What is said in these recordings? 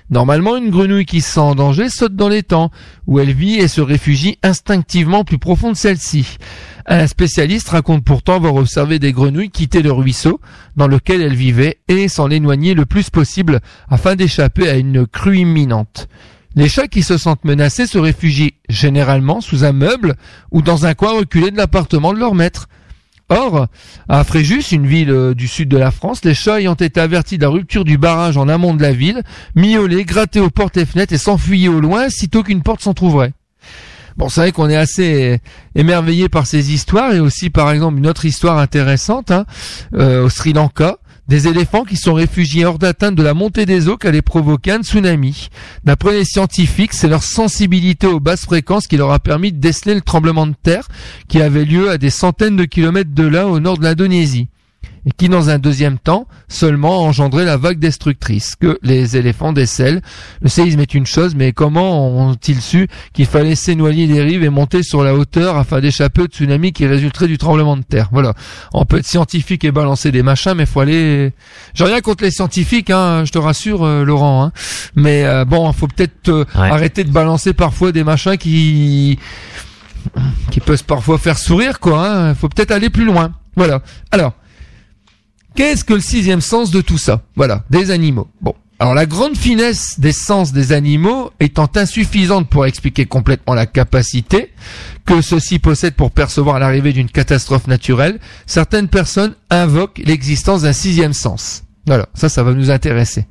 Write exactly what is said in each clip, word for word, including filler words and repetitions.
Normalement, une grenouille qui se sent en danger saute dans l'étang, où elle vit et se réfugie instinctivement plus profond de celle-ci. Un spécialiste raconte pourtant avoir observé des grenouilles quitter le ruisseau dans lequel elles vivaient et s'en éloigner le plus possible afin d'échapper à une crue imminente. Les chats qui se sentent menacés se réfugient généralement sous un meuble ou dans un coin reculé de l'appartement de leur maître. Or, à Fréjus, une ville du sud de la France, les chats ayant été avertis de la rupture du barrage en amont de la ville, miaulaient, grattaient aux portes et fenêtres et s'enfuyaient au loin sitôt qu'une porte s'entrouvrait. Bon, c'est vrai qu'on est assez émerveillé par ces histoires et aussi, par exemple, une autre histoire intéressante hein, euh, au Sri Lanka. Des éléphants qui sont réfugiés hors d'atteinte de la montée des eaux qu'allait provoquer un tsunami. D'après les scientifiques, c'est leur sensibilité aux basses fréquences qui leur a permis de déceler le tremblement de terre qui avait lieu à des centaines de kilomètres de là au nord de l'Indonésie. Et qui, dans un deuxième temps, seulement a engendré la vague destructrice que les éléphants décèlent. Le séisme est une chose, mais comment ont-ils su qu'il fallait s'éloigner des rives et monter sur la hauteur afin d'échapper au tsunami qui résulterait du tremblement de terre? Voilà. On peut être scientifique et balancer des machins, mais faut aller... J'ai rien contre les scientifiques, hein, je te rassure, euh, Laurent. Hein. Mais euh, bon, faut peut-être euh, ouais. arrêter de balancer parfois des machins qui... qui peuvent parfois faire sourire, quoi. Hein. Faut peut-être aller plus loin. Voilà. Alors... Qu'est-ce que le sixième sens de tout ça? Voilà, des animaux. Bon, alors la grande finesse des sens des animaux étant insuffisante pour expliquer complètement la capacité que ceux-ci possèdent pour percevoir l'arrivée d'une catastrophe naturelle, certaines personnes invoquent l'existence d'un sixième sens. Voilà, ça, ça va nous intéresser.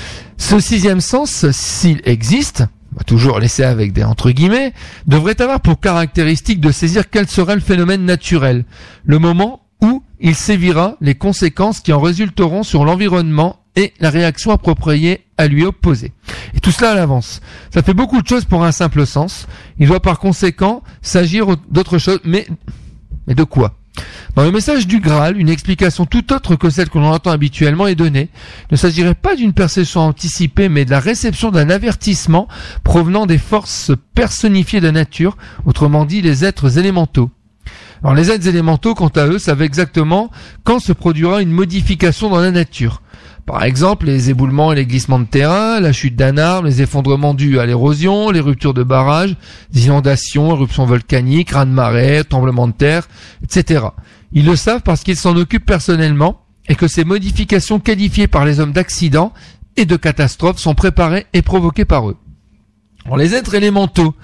Ce sixième sens, s'il existe, on va toujours laisser avec des entre guillemets, devrait avoir pour caractéristique de saisir quel serait le phénomène naturel, le moment où il sévira les conséquences qui en résulteront sur l'environnement et la réaction appropriée à lui opposer. Et tout cela à l'avance. Ça fait beaucoup de choses pour un simple sens. Il doit par conséquent s'agir d'autre chose. Mais, mais de quoi? Dans le message du Graal, une explication tout autre que celle que l'on entend habituellement est donnée. Il ne s'agirait pas d'une perception anticipée, mais de la réception d'un avertissement provenant des forces personnifiées de la nature, autrement dit les êtres élémentaux. Alors les êtres élémentaux, quant à eux, savent exactement quand se produira une modification dans la nature. Par exemple, les éboulements et les glissements de terrain, la chute d'un arbre, les effondrements dus à l'érosion, les ruptures de barrages, les inondations, éruptions volcaniques, raz-de-marée, tremblements de terre, et cetera. Ils le savent parce qu'ils s'en occupent personnellement et que ces modifications qualifiées par les hommes d'accidents et de catastrophes sont préparées et provoquées par eux. Alors les êtres élémentaux,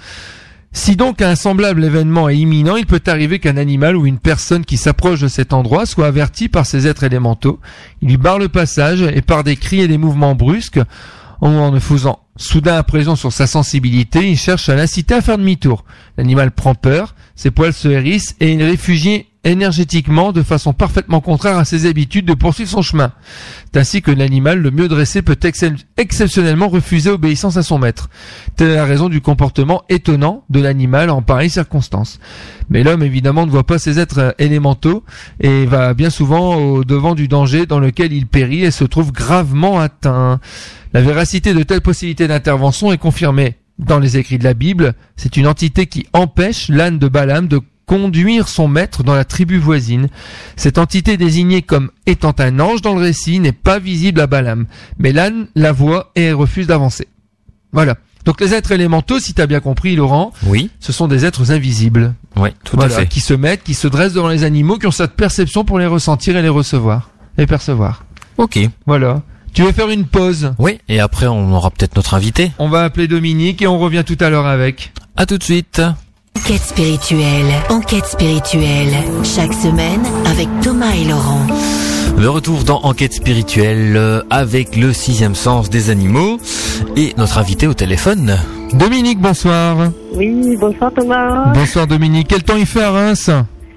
si donc un semblable événement est imminent, il peut arriver qu'un animal ou une personne qui s'approche de cet endroit soit averti par ces êtres élémentaux. Il lui barre le passage et par des cris et des mouvements brusques, en ne faisant soudain pression sur sa sensibilité, il cherche à l'inciter à faire demi-tour. L'animal prend peur, ses poils se hérissent et il réfugie énergétiquement de façon parfaitement contraire à ses habitudes de poursuivre son chemin. C'est ainsi que l'animal le mieux dressé peut ex- exceptionnellement refuser obéissance à son maître. Telle est la raison du comportement étonnant de l'animal en pareilles circonstances. Mais l'homme évidemment ne voit pas ces êtres élémentaux et va bien souvent au devant du danger dans lequel il périt et se trouve gravement atteint. La véracité de telles possibilités d'intervention est confirmée dans les écrits de la Bible. C'est une entité qui empêche l'âne de Balaam de conduire son maître dans la tribu voisine. Cette entité désignée comme étant un ange dans le récit n'est pas visible à Balaam, mais l'âne la voit et refuse d'avancer. Voilà. Donc les êtres élémentaux, si tu as bien compris Laurent, oui, ce sont des êtres invisibles. Oui, tout voilà, à fait. Qui se mettent, qui se dressent devant les animaux, qui ont cette perception pour les ressentir et les recevoir, les percevoir. Ok. Voilà. Tu veux faire une pause? Oui, et après on aura peut-être notre invité. On va appeler Dominique et on revient tout à l'heure avec. À tout de suite. Enquête spirituelle, enquête spirituelle, chaque semaine avec Thomas et Laurent. Le retour dans Enquête spirituelle avec le sixième sens des animaux et notre invité au téléphone. Dominique, bonsoir. Oui, bonsoir Thomas. Bonsoir Dominique. Quel temps il fait à Reims?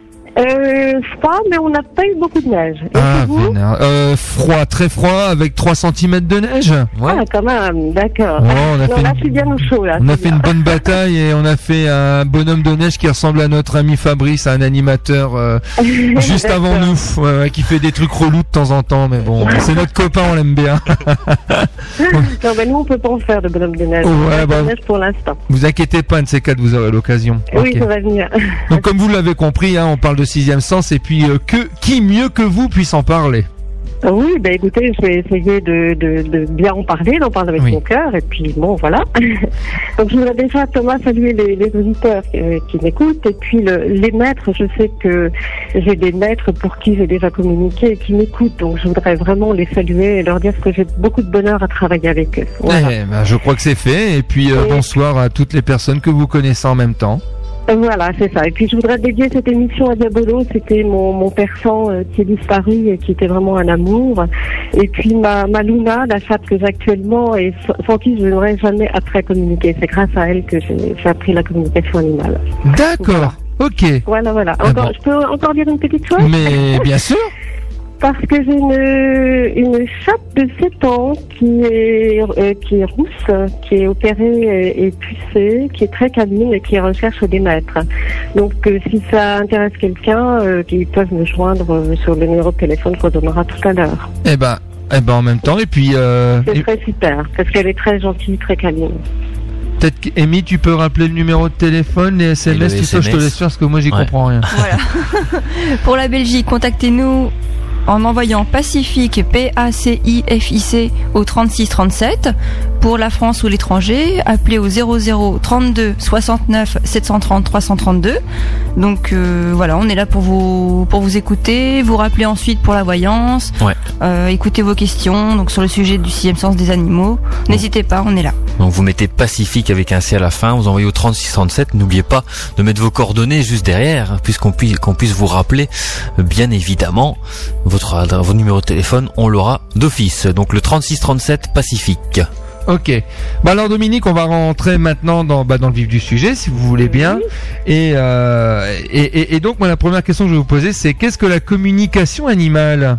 Euh, froid, mais on n'a pas eu beaucoup de neige. Et ah, vous euh, froid, très froid, avec trois centimètres de neige. Ouais. Ah, quand même, d'accord. Oh, on a non, fait là, une... je suis bien au chaud, là. On a fait bien. Une bonne bataille et on a fait un bonhomme de neige qui ressemble à notre ami Fabrice, un animateur euh, juste avant nous, ouais, ouais, qui fait des trucs relous de temps en temps, mais bon, c'est notre copain, on l'aime bien. Non, ben nous, on peut pas en faire de bonhomme de neige. Oh, ouais, bah, de neige pour l'instant. Vous inquiétez pas, un de ces quatre, vous aurez l'occasion. Oui, okay. ça va venir. Donc, comme vous l'avez compris, hein, on parle de sixième sens et puis euh, que qui mieux que vous puisse en parler? Oui, ben écoutez, je vais essayer de, de, de bien en parler, d'en parler avec Oui. mon cœur, et puis bon, voilà. Donc je voudrais déjà, Thomas, saluer les, les auditeurs euh, qui m'écoutent, et puis le, les maîtres, je sais que j'ai des maîtres pour qui j'ai déjà communiqué et qui m'écoutent, donc je voudrais vraiment les saluer et leur dire que j'ai beaucoup de bonheur à travailler avec eux. Voilà. Eh ben, je crois que c'est fait. Et puis euh, Et- bonsoir à toutes les personnes que vous connaissez en même temps. Voilà, c'est ça. Et puis je voudrais dédier cette émission à Diabolo. C'était mon, mon persan euh, qui est disparu et qui était vraiment un amour. Et puis ma, ma Luna, la chatte que j'ai actuellement et sans, sans qui je n'aurais jamais appris à communiquer. C'est grâce à elle que j'ai, j'ai appris la communication animale. D'accord. Ok. Voilà, voilà. Ah Encore, bon. je peux encore dire une petite chose? Mais bien sûr. Parce que j'ai une, une chatte de sept ans qui est, euh, qui est rousse, qui est opérée et, et pucée, qui est très câline et qui recherche des maîtres. Donc euh, si ça intéresse quelqu'un, euh, ils peuvent me joindre euh, sur le numéro de téléphone qu'on donnera tout à l'heure. Eh ben, eh ben en même temps. Et puis euh, C'est et- très super, parce qu'elle est très gentille, très câline. peut-être qu'Amy, tu peux rappeler le numéro de téléphone, les S M S, Et le tout ça. Je te S M S. laisse faire parce que moi j'y Ouais. comprends rien. Voilà. Pour la Belgique, contactez-nous en envoyant Pacifique, P A C I F I C au trente-six trente-sept. Pour la France ou l'étranger, appelez au zéro zéro trente-deux soixante-neuf sept cent trente trois cent trente-deux. Donc euh, voilà, on est là pour vous pour vous écouter, vous rappeler ensuite pour la voyance, Ouais. euh, écouter vos questions donc sur le sujet du sixième sens des animaux. N'hésitez pas, on est là. Donc vous mettez Pacifique avec un C à la fin, vous envoyez au trente-six trente-sept. N'oubliez pas de mettre vos coordonnées juste derrière, puisqu'on puisse qu'on puisse vous rappeler, euh, bien évidemment, votre adresse- votre numéro de téléphone, on l'aura d'office. Donc le trente-six trente-sept Pacifique. Ok. Bah alors Dominique, on va rentrer maintenant dans bah, dans le vif du sujet, si vous voulez bien. Et, euh, et, et, et donc moi la première question que je vais vous poser, c'est qu'est-ce que la communication animale?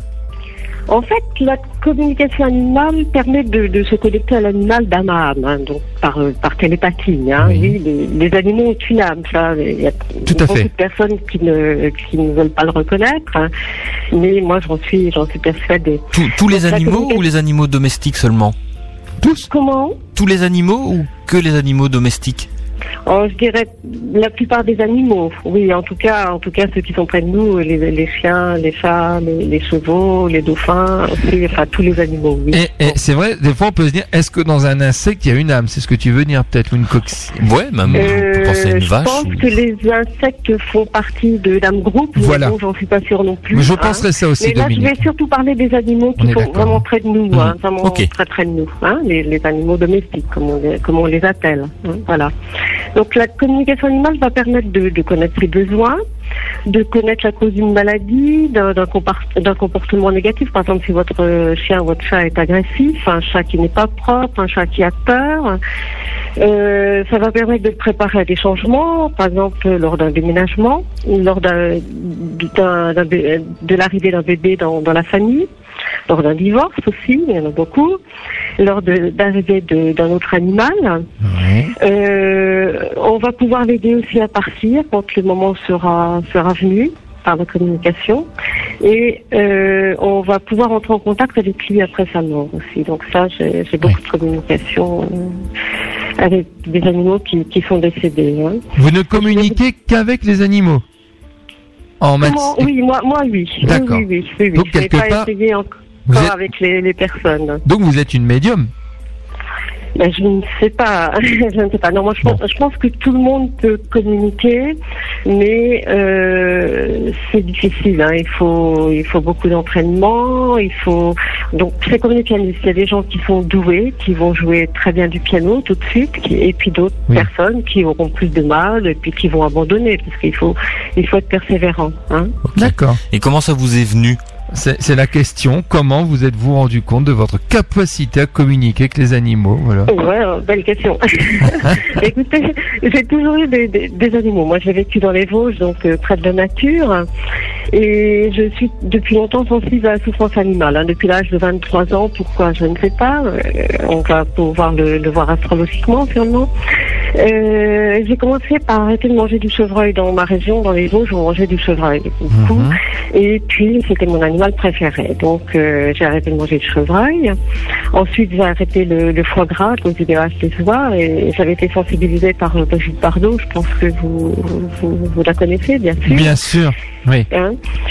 En fait, la communication animale permet de, de se connecter à l'animal d'âme à âme, hein, donc par, euh, par télépathie. Hein. Oui. Oui, les, les animaux ont une âme, ça. Il y a Tout à beaucoup fait. de personnes qui ne, qui ne veulent pas le reconnaître, hein, mais moi j'en suis, j'en suis persuadée. Tous, tous les Donc, la animaux communication- ou les animaux domestiques seulement? Tous? Comment? Tous les animaux ou que les animaux domestiques? Oh, je dirais la plupart des animaux. Oui, en tout cas, en tout cas ceux qui sont près de nous, les, les chiens, les chats, les, les chevaux, les dauphins, aussi, enfin tous les animaux. Oui. Et, et c'est vrai, des fois on peut se dire, est-ce que dans un insecte il y a une âme? C'est ce que tu veux dire peut-être, ou une coquille? Ouais, même Euh, on peut penser à une je vache. pense ou- que les insectes font partie de l'âme groupe. mais Voilà. bon, j'en suis pas sûre non plus. Mais je hein. penserais ça aussi, Mais là, je Dominique. vais surtout parler des animaux On qui est sont d'accord. vraiment près de nous, hein, Mhm. vraiment Ok. très près de nous, hein, les, les animaux domestiques, comme on les, comme on les appelle. Hein, voilà. Donc la communication animale va permettre de, de connaître ses besoins, de connaître la cause d'une maladie, d'un, d'un, compar- d'un comportement négatif. Par exemple, si votre euh, chien, votre chat est agressif, un chat qui n'est pas propre, un chat qui a peur. Euh, ça va permettre de préparer à des changements, par exemple lors d'un déménagement, ou lors d'un, d'un, d'un bé- de l'arrivée d'un bébé dans, dans la famille, lors d'un divorce aussi, il y en a beaucoup, lors de, d'arrivée de, d'un autre animal. Ouais. Euh, on va pouvoir l'aider aussi à partir quand le moment sera, sera venu par la communication. Et euh, on va pouvoir entrer en contact avec lui après sa mort aussi. Donc ça, j'ai, j'ai beaucoup de communication euh, avec des animaux qui, qui sont décédés. Hein. Vous ne communiquez qu'avec les animaux? En Comment matière. Oui, moi, moi oui. Oui, D'accord. Oui, oui, oui, oui. Donc, Je n'ai quelque pas part, essayé encore Vous êtes, avec les, les personnes. donc vous êtes une médium? Ben, je ne sais pas, je ne sais pas. Non, moi je pense, je pense que tout le monde peut communiquer, mais euh, c'est difficile. Hein. Il faut, il faut beaucoup d'entraînement. Il faut donc c'est comme les pianistes. Il y a des gens qui sont doués, qui vont jouer très bien du piano tout de suite, qui, et puis d'autres Oui. personnes qui auront plus de mal et puis qui vont abandonner parce qu'il faut, il faut être persévérant. Hein. Ok. D'accord. Et comment ça vous est venu? C'est, c'est la question. Comment vous êtes-vous rendu compte de votre capacité à communiquer avec les animaux? Voilà. Ouais, euh, belle question. Écoutez, j'ai toujours eu des, des, des animaux. Moi, j'ai vécu dans les Vosges, donc euh, près de la nature. Et je suis depuis longtemps sensible à la souffrance animale. Hein, depuis l'âge de vingt-trois ans, pourquoi je ne sais pas. Euh, on va pouvoir le, le voir astrologiquement, sûrement. Euh, j'ai commencé par arrêter de manger du chevreuil dans ma région, dans les Vosges, on mangeait du chevreuil beaucoup. Mmh. Et puis, c'était mon animal préféré. Donc, euh, j'ai arrêté de manger du chevreuil. Ensuite, j'ai arrêté le, le foie gras à cause du D H des oies. Et j'avais été sensibilisée par euh, Brigitte Bardot. Je pense que vous, vous, vous la connaissez, bien sûr. Bien sûr, oui. Hein?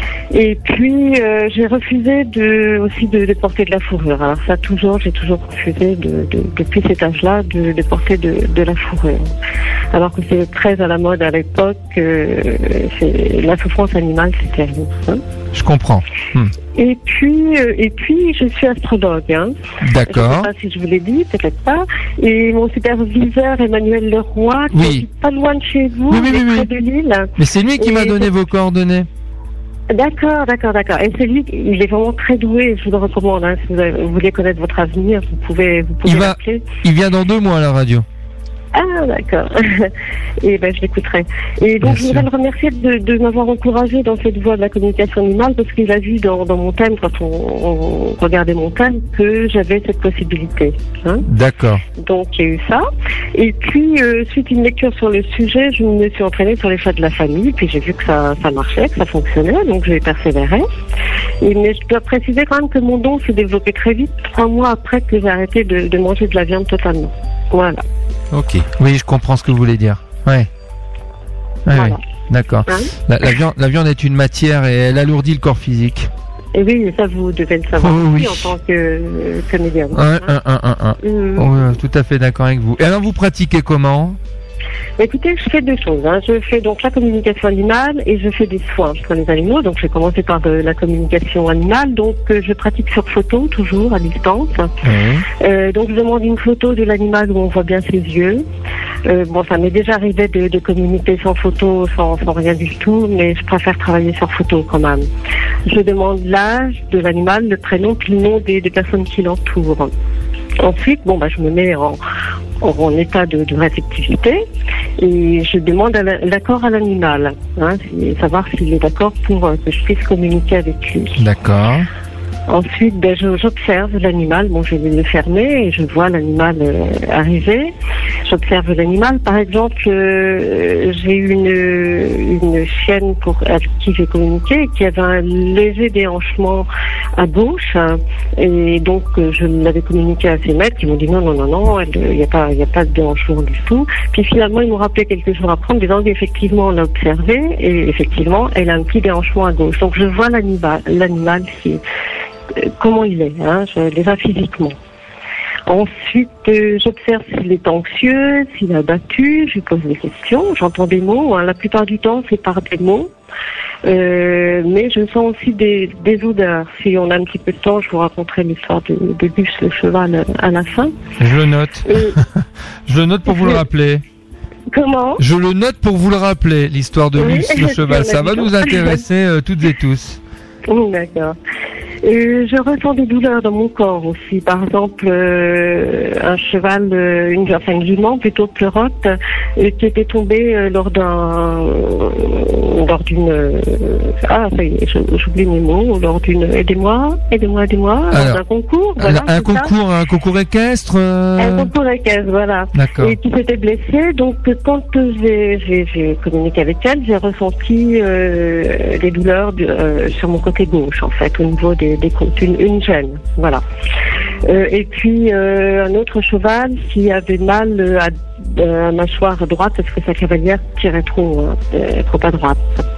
Et puis, euh, j'ai refusé de, aussi de, de porter de la fourrure. Alors ça, toujours, j'ai toujours refusé, de, de, depuis cet âge-là, de, de porter de, de la fourrure. Alors que c'est très à la mode à l'époque. Euh, c'est, la souffrance animale, c'est terrible. Hein? Je comprends. Hmm. Et puis, euh, et puis, je suis astrologue. Hein. D'accord. Je ne sais pas si je vous l'ai dit, peut-être pas. Et mon superviseur, Emmanuel Leroy, qui oui. est pas loin de chez vous, oui, oui, oui, près oui. de Lille. Mais c'est lui qui et m'a donné vos coordonnées. D'accord, d'accord, d'accord. Et c'est lui, il est vraiment très doué. Je vous le recommande. Hein. Si vous, avez, vous voulez connaître votre avenir, vous pouvez, vous pouvez il va, l'appeler. Il vient dans deux mois à la radio. Ah, d'accord. Et ben, je l'écouterai. Et donc, Bien je voudrais sûr. le remercier de, de m'avoir encouragé dans cette voie de la communication animale, parce qu'il a vu dans, dans mon thème, quand on, on regardait mon thème, que j'avais cette possibilité. Hein. D'accord. Donc, il y a eu ça. Et puis, euh, suite à une lecture sur le sujet, je me suis entraînée sur les chats de la famille, puis j'ai vu que ça, ça marchait, que ça fonctionnait, donc j'ai persévéré. Et, mais je dois préciser quand même que mon don s'est développé très vite, trois mois après que j'ai arrêté de, de manger de la viande totalement. Voilà. Ok. Oui, je comprends ce que vous voulez dire. Ouais. Ouais, voilà. ouais. D'accord. Hein la, la, viande, la viande est une matière et elle alourdit le corps physique. Et oui, ça vous devez le savoir oh, oui. en tant que euh, comédienne. Un, un, un, un, un. Mmh. Oh, oui, tout à fait d'accord avec vous. Et alors, vous pratiquez comment ? Écoutez, je fais deux choses. Hein. Je fais donc la communication animale et je fais des soins pour les animaux. Donc, je vais commencer par de la communication animale. Donc, euh, je pratique sur photo, toujours à distance. Mmh. Euh, donc, je demande une photo de l'animal où on voit bien ses yeux. Euh, bon, ça m'est déjà arrivé de, de communiquer sans photo, sans, sans rien du tout, mais je préfère travailler sur photo quand même. Je demande l'âge de l'animal, le prénom, puis le nom des, des personnes qui l'entourent. Ensuite, bon, bah, je me mets en, en, en état de, de réceptivité et je demande à la, l'accord à l'animal, hein, savoir s'il est d'accord pour euh, que je puisse communiquer avec lui. D'accord. Ensuite, ben, je, j'observe l'animal. Bon, je vais le fermer et je vois l'animal euh, arriver. J'observe l'animal. Par exemple, euh, j'ai eu une, une chienne pour, avec qui j'ai communiqué qui avait un léger déhanchement à gauche. Hein, et donc, euh, je l'avais communiqué à ses maîtres. Ils m'ont dit non, non, non, non, il n'y a pas, il n'y a pas de déhanchement du tout. Puis finalement, ils m'ont rappelé quelques jours après en me disant qu'effectivement, on l'a observé et effectivement, elle a un petit déhanchement à gauche. Donc, je vois l'animal, l'animal qui comment il est, hein, je, déjà physiquement. Ensuite, euh, j'observe s'il est anxieux, s'il est abattu, je lui pose des questions, j'entends des mots, hein, la plupart du temps c'est par des mots, euh, mais je sens aussi des, des odeurs. Si on a un petit peu de temps, je vous raconterai l'histoire de, de Gus le cheval à la fin. Je le note. Euh, je le note pour vous le rappeler. Comment ? Je le note pour vous le rappeler, l'histoire de oui, Gus le cheval. Ça va nous intéresser euh, toutes et tous. D'accord. Euh, je ressens des douleurs dans mon corps aussi. Par exemple, euh, un cheval, euh, une, enfin une jument plutôt pleurote, euh, qui était tombée euh, lors d'un, euh, lors d'une, euh, ah ça y est, j'oublie mes mots, lors d'une, aidez-moi, aidez-moi, aidez-moi, alors, dans un concours. Voilà, un concours, ça. un concours équestre. Euh... Un concours équestre, voilà. D'accord. Et qui s'était blessée. Donc quand j'ai, j'ai, j'ai communiqué avec elle, j'ai ressenti euh, des douleurs de, euh, sur mon côté gauche, en fait, au niveau des des côtes, une, une gêne, voilà. Euh, et puis euh, un autre cheval qui avait mal à, à la mâchoire droite parce que sa cavalière tirait trop, hein, euh, trop à droite.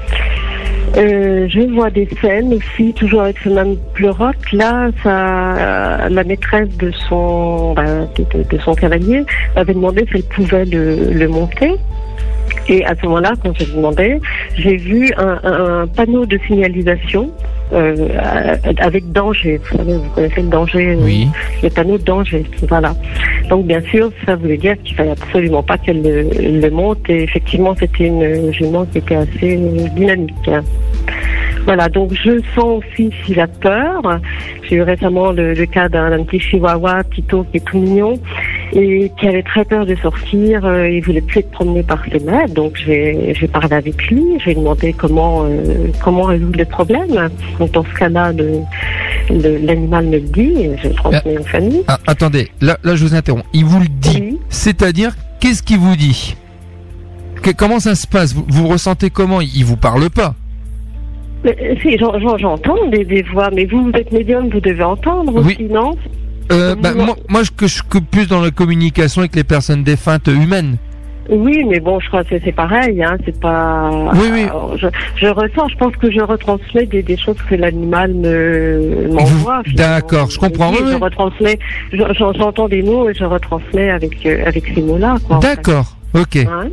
Euh, je vois des scènes aussi, toujours avec ce même pleurote. Là, ça, la maîtresse de son, ben, de, de, de son cavalier avait demandé si elle pouvait le, le monter. Et à ce moment-là, quand j'ai demandé, j'ai vu un, un, un panneau de signalisation euh, avec danger. Vous savez, vous connaissez le danger, oui. euh, le panneau de danger. Voilà. Donc bien sûr, ça voulait dire qu'il fallait absolument pas qu'elle le, le monte. Et effectivement, c'était une jument qui était assez dynamique. Hein. Voilà, donc je sens aussi s'il a peur. J'ai eu récemment le, le cas d'un, d'un petit chihuahua, Tito, qui est tout mignon et qui avait très peur de sortir. Euh, il voulait plus être promené par ses maîtres, donc j'ai, j'ai parlé avec lui. J'ai demandé comment euh, comment résoudre le problème. Donc dans ce cas-là, le, le, l'animal me le dit et je le transmets ah, aux familles. Ah, attendez, là, là je vous interromps. Il vous le dit, oui. C'est-à-dire qu'est-ce qu'il vous dit? que, Comment ça se passe? vous, vous ressentez comment? Il vous parle pas? Mais, si, j'en, j'en, j'entends des, des voix, mais vous, vous êtes médium, vous devez entendre oui. aussi, non? euh, bah, moi, moi, je, que je suis plus dans la communication avec les personnes défuntes humaines. Oui, mais bon, je crois que c'est, c'est pareil, hein, c'est pas... Oui, oui. Alors, je, je ressens, je pense que je retransmets des, des choses que l'animal me, m'envoie. Vous... D'accord, je comprends. Oui, oui, je oui. retransmets, je, j'entends des mots et je retransmets avec, euh, avec ces mots-là, quoi. D'accord, en fait. ok. Hein?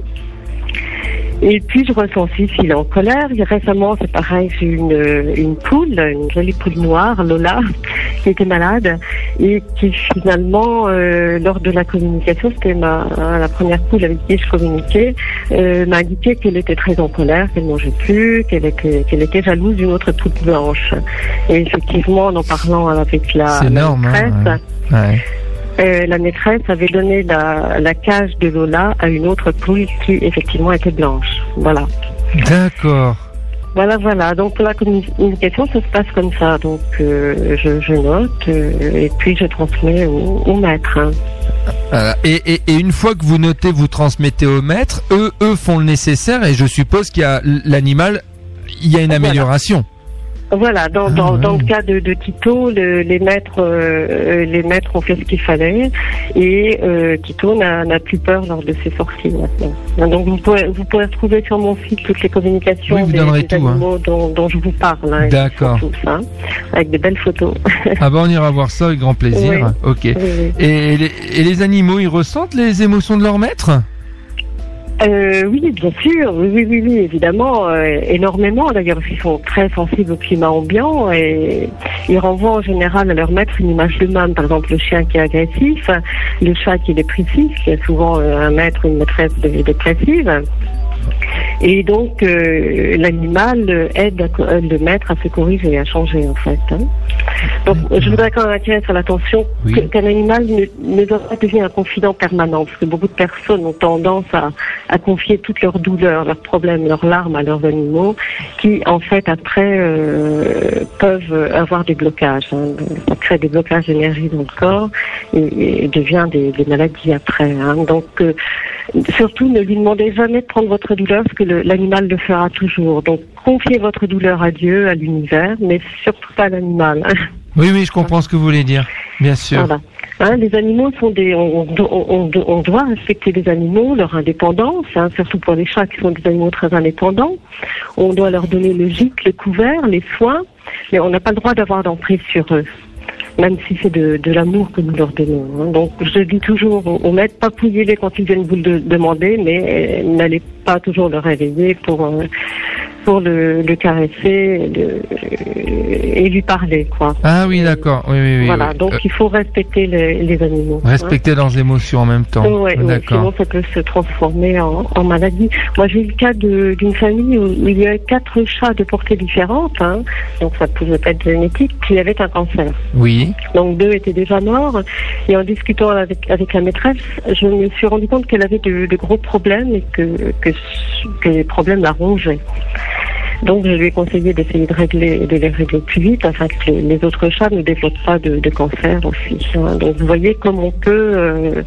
Et puis je ressens aussi s'il est en colère. Récemment, c'est pareil, j'ai eu une, une poule, une jolie poule noire, Lola, qui était malade et qui finalement, euh, lors de la communication, c'était ma la première poule avec qui je communiquais, euh, m'a indiqué qu'elle était très en colère, qu'elle mangeait plus, qu'elle était, qu'elle était jalouse d'une autre poule blanche. Et effectivement, en en parlant avec la, c'est la énorme, maîtresse, hein, ouais. Ouais. Euh, la maîtresse avait donné la, la cage de Lola à une autre poule qui effectivement était blanche. Voilà. D'accord. Voilà, voilà. Donc la communication, ça se passe comme ça. Donc euh, je, je note euh, et puis je transmets au, au maître. Hein. Voilà. Et, et, et une fois que vous notez, vous transmettez au maître. Eux, eux font le nécessaire et je suppose qu'il y a l'animal, il y a une amélioration. Voilà, dans, ah, dans, ouais. dans le cas de, de Tito, le, les maîtres euh, les maîtres ont fait ce qu'il fallait et euh, Tito n'a, n'a plus peur lors de ses sorties maintenant. Donc vous pouvez vous pouvez retrouver sur mon site toutes les communications oui, des, des tout, animaux hein. dont, dont je vous parle. Hein, d'accord. Tous, hein, avec des belles photos. Ah ben on ira voir ça avec grand plaisir. Oui. Ok. Oui, oui. Et, les, et les animaux, ils ressentent les émotions de leur maître? Euh, oui, bien sûr, oui, oui, oui, oui évidemment, euh, énormément. D'ailleurs, ils sont très sensibles au climat ambiant et ils renvoient en général à leur maître une image d'eux-mêmes. Par exemple, le chien qui est agressif, le chat qui est dépressif, qui a souvent un maître ou une maîtresse dépressive. Et donc, euh, l'animal aide à, le maître à se corriger, à changer, en fait. Hein. Donc, je voudrais quand même attirer sur l'attention oui. que, qu'un animal ne, ne doit pas devenir un confident permanent, parce que beaucoup de personnes ont tendance à, à confier toutes leurs douleurs, leurs problèmes, leurs larmes à leurs animaux, qui, en fait, après, euh, peuvent avoir des blocages. Hein. Ça crée des blocages d'énergie dans le corps et, et devient des, des maladies après. Hein. Donc, euh, surtout, ne lui demandez jamais de prendre votre douleur, parce que le, l'animal le fera toujours. Donc, confiez votre douleur à Dieu, à l'univers, mais surtout pas à l'animal. Oui, oui, je comprends ce que vous voulez dire, bien sûr. Voilà. Hein, les animaux sont des, on, on, on, on doit respecter les animaux, leur indépendance, hein, surtout pour les chats qui sont des animaux très indépendants. On doit leur donner le gîte, le couvert, les soins, mais on n'a pas le droit d'avoir d'emprise sur eux. Même si c'est de, de l'amour que nous leur donnons. Hein. Donc, je dis toujours aux maîtres, papouillez-les quand ils viennent vous le demander, mais euh, n'allez pas toujours le réveiller pour euh, pour le, le caresser le, et lui parler, quoi. Ah oui, d'accord. Oui, oui, oui. Voilà. Oui. Donc, euh, il faut respecter les, les animaux. Respecter hein. leurs émotions en même temps. Oui, ah, d'accord. Sinon, ça peut se transformer en, en maladie. Moi, j'ai eu le cas de, d'une famille où il y avait quatre chats de portée différente, hein, donc ça pouvait pas être génétique, qui avaient un cancer. Oui. Donc deux étaient déjà morts et en discutant avec, avec la maîtresse, je me suis rendu compte qu'elle avait de, de gros problèmes et que, que, que les problèmes la rongeaient. Donc je lui ai conseillé d'essayer de régler, de les régler plus vite afin que les, les autres chats ne développent pas de, de cancer aussi. Hein. Donc vous voyez comme on peut, euh,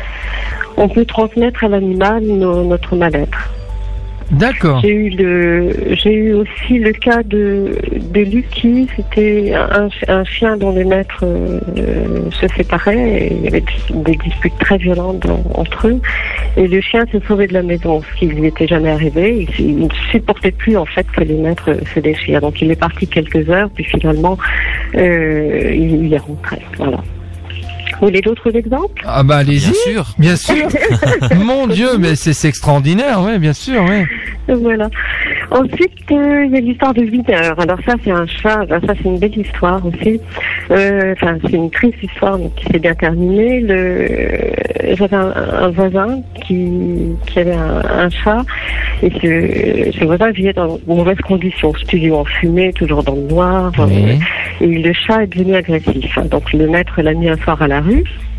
on peut transmettre à l'animal nos, notre mal-être. D'accord. J'ai eu le, j'ai eu aussi le cas de, de Lucky. C'était un, un chien dont les maîtres euh, se séparaient et il y avait des disputes très violentes dans, entre eux. Et le chien s'est sauvé de la maison, ce qui lui était jamais arrivé. Il, il ne supportait plus en fait que les maîtres se déchirent. Donc il est parti quelques heures, puis finalement euh, il, il est rentré. Voilà. Vous voulez d'autres exemples? Ah bah allez-y. Bien sûr. Bien sûr. Mon Dieu, mais c'est, c'est extraordinaire, ouais, bien sûr, ouais. Voilà. Ensuite, euh, il y a l'histoire de Videur. Alors ça, c'est un chat. Ben, ça, c'est une belle histoire aussi. Euh, Enfin, c'est une triste histoire, mais qui s'est bien terminée. Le... J'avais un, un voisin qui, qui avait un, un chat, et ce, ce voisin vivait dans de mauvaises conditions. Studio enfumé, toujours dans le noir. Oui. Et le chat est devenu agressif. Donc le maître l'a mis un soir à la rue.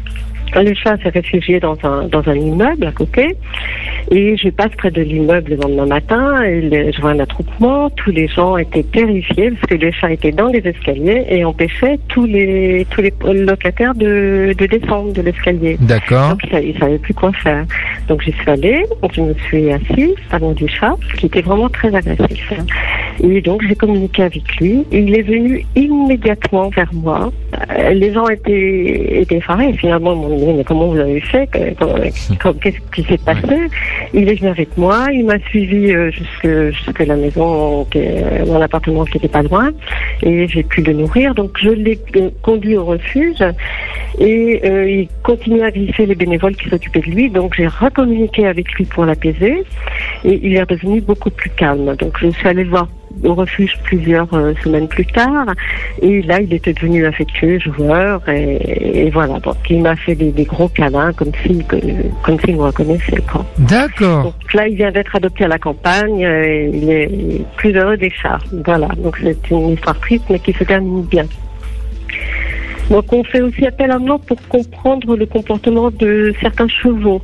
Le chat s'est réfugié dans un dans un immeuble à côté, et je passe près de l'immeuble le lendemain matin, et le, je vois un attroupement. Tous les gens étaient terrifiés parce que le chat était dans les escaliers et empêchait tous les tous les locataires de, de descendre de l'escalier. D'accord. Donc ils ne savaient plus quoi faire. Donc j'y suis allée, je me suis assise à l'avant du chat, qui était vraiment très agressif. Et donc j'ai communiqué avec lui. Il est venu immédiatement vers moi. Euh, les gens étaient étaient effarés. Finalement, ils m'ont dit mais comment vous avez fait, qu'est-ce qui s'est passé? Il est venu avec moi, il m'a suivi euh, jusque jusque la maison, qui est, mon appartement qui était pas loin, et j'ai pu le nourrir. Donc je l'ai euh, conduit au refuge, et euh, il continuait à glisser les bénévoles qui s'occupaient de lui. Donc j'ai recommuniqué avec lui pour l'apaiser, et il est redevenu beaucoup plus calme. Donc je suis allée le voir au refuge plusieurs euh, semaines plus tard, et là il était devenu affectueux, joueur, et, et voilà. Donc il m'a fait des, des gros câlins comme s'il comme s'il me reconnaissait, quoi. D'accord. Donc là il vient d'être adopté à la campagne, et il est plus heureux des chats. Voilà. Donc c'est une histoire triste mais qui se termine bien. Donc on fait aussi appel à moi pour comprendre le comportement de certains chevaux.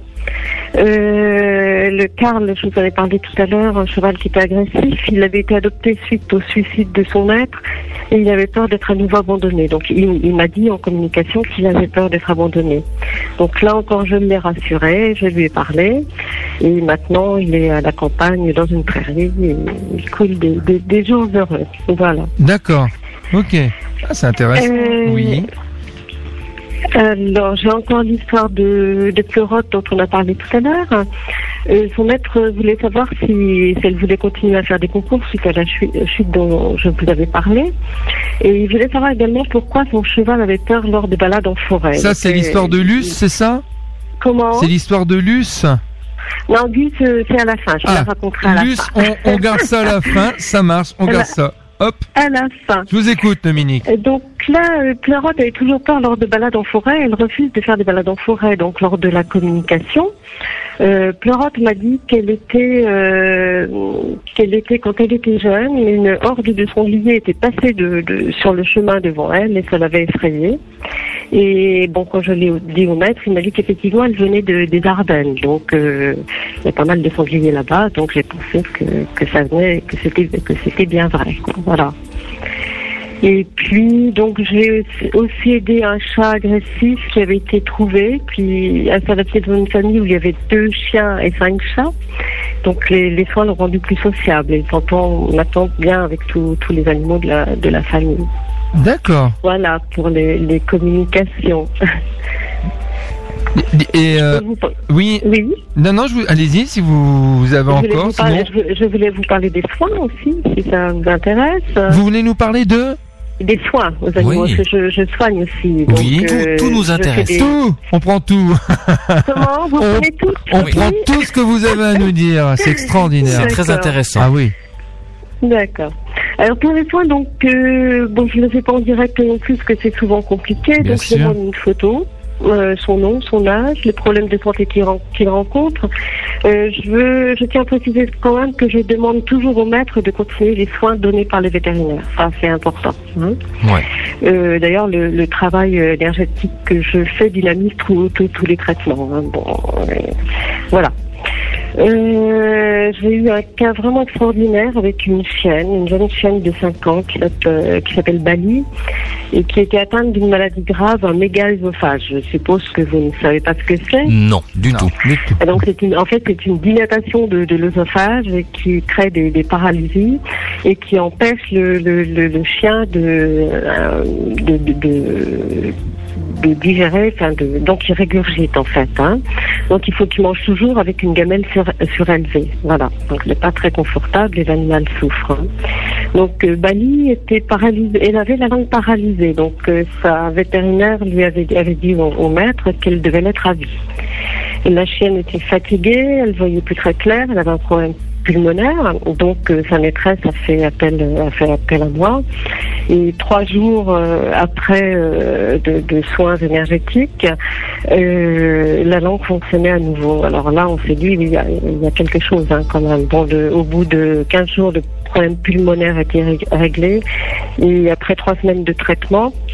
Euh, le Karl, je vous en ai parlé tout à l'heure, un cheval qui était agressif. Il avait été adopté suite au suicide de son maître, et il avait peur d'être à nouveau abandonné. Donc il, il m'a dit en communication qu'il avait peur d'être abandonné. Donc là encore, je l'ai rassuré, je lui ai parlé, et maintenant il est à la campagne dans une prairie, et il coule des, des, des jours heureux. Voilà. D'accord. Ok. Ah, c'est intéressant. Euh, oui. Alors, j'ai encore l'histoire de, de Pleurote dont on a parlé tout à l'heure. Euh, son maître voulait savoir si, si elle voulait continuer à faire des concours suite à la chute, chute dont je vous avais parlé. Et il voulait savoir également pourquoi son cheval avait peur lors des balades en forêt. Ça, c'est l'histoire de Luce, c'est ça? Comment? C'est l'histoire de Luce? Non, Luce, c'est à la fin. Je ah, la raconterai à la Luce, fin. on, on garde ça à la fin. Ça marche, on garde ça. Hop. À la fin. Je vous écoute, Dominique. Donc là, Pleurote avait toujours peur lors de balades en forêt. Elle refuse de faire des balades en forêt. Donc lors de la communication, euh, Pleurote m'a dit qu'elle était, euh, qu'elle était, quand elle était jeune, une horde de sangliers était passée de, de, sur le chemin devant elle, et ça l'avait effrayée. Et bon, quand je l'ai dit au maître, il m'a dit qu'effectivement, elle venait de, des Ardennes. Donc, euh, il y a pas mal de sangliers là-bas. Donc, j'ai pensé que, que ça venait, que c'était, que c'était bien vrai, quoi. Voilà. Et puis, donc, j'ai aussi aidé un chat agressif qui avait été trouvé, puis installé dans une famille où il y avait deux chiens et cinq chats. Donc, les, les soins l'ont rendu plus sociable. Et on m'attend bien avec tous tous les animaux de la, de la famille. D'accord. Voilà, pour les, les communications. Et euh, vous... oui. Oui. Non, non, je vous... allez-y si vous, vous avez je encore. Vous parler, sinon... je, je voulais vous parler des soins aussi, si ça vous intéresse. Vous voulez nous parler de des soins aux animaux, oui. parce que je, je soigne aussi. Donc, oui, euh, tout, tout nous intéresse. Des... Tout, on prend tout. Comment vous on, prenez tout On oui. prend tout ce que vous avez à nous dire. C'est extraordinaire. C'est très intéressant. Ah oui. D'accord. Alors pour les soins, donc euh, bon, je ne le fais pas en direct non plus parce que c'est souvent compliqué. Bien donc sûr. je demande une photo, euh, son nom, son âge, les problèmes de santé qu'il, ren- qu'il rencontre. Euh, je veux, je tiens à préciser quand même que je demande toujours au maître de continuer les soins donnés par les vétérinaires. Ça, c'est important. Hein. Ouais. Euh, d'ailleurs, le, le travail énergétique que je fais dynamise tous tous les traitements. Hein. Bon, euh, voilà. Euh, j'ai eu un cas vraiment extraordinaire avec une chienne, une jeune chienne de cinq ans qui s'appelle, qui s'appelle Bali et qui était atteinte d'une maladie grave, un méga-œsophage. Je suppose que vous ne savez pas ce que c'est. Non, du non, tout. Du tout. Et donc c'est une, en fait, c'est une dilatation de, de l'œsophage qui crée des, des paralysies et qui empêche le, le, le, le chien de, euh, de, de, de de digérer, enfin de, donc il régurgite en fait. Hein. Donc il faut qu'il mange toujours avec une gamelle sur, surélevée. Voilà. Donc c'est pas très confortable et l'animal souffre. Hein. Donc euh, Bali était paralysée, elle avait la langue paralysée. Donc euh, sa vétérinaire lui avait, avait dit au, au maître qu'elle devait l'être à vie. Et la chienne était fatiguée, elle voyait plus très clair, elle avait un problème pulmonaire, donc euh, sa maîtresse a fait appel, a fait appel à moi. Et trois jours euh, après euh, de, de soins énergétiques, euh, la langue fonctionnait à nouveau. Alors là, on s'est dit, il y a, il y a quelque chose hein, quand même. Bon, de, au bout de quinze jours, le problème pulmonaire a été réglé. Et après trois semaines de traitement,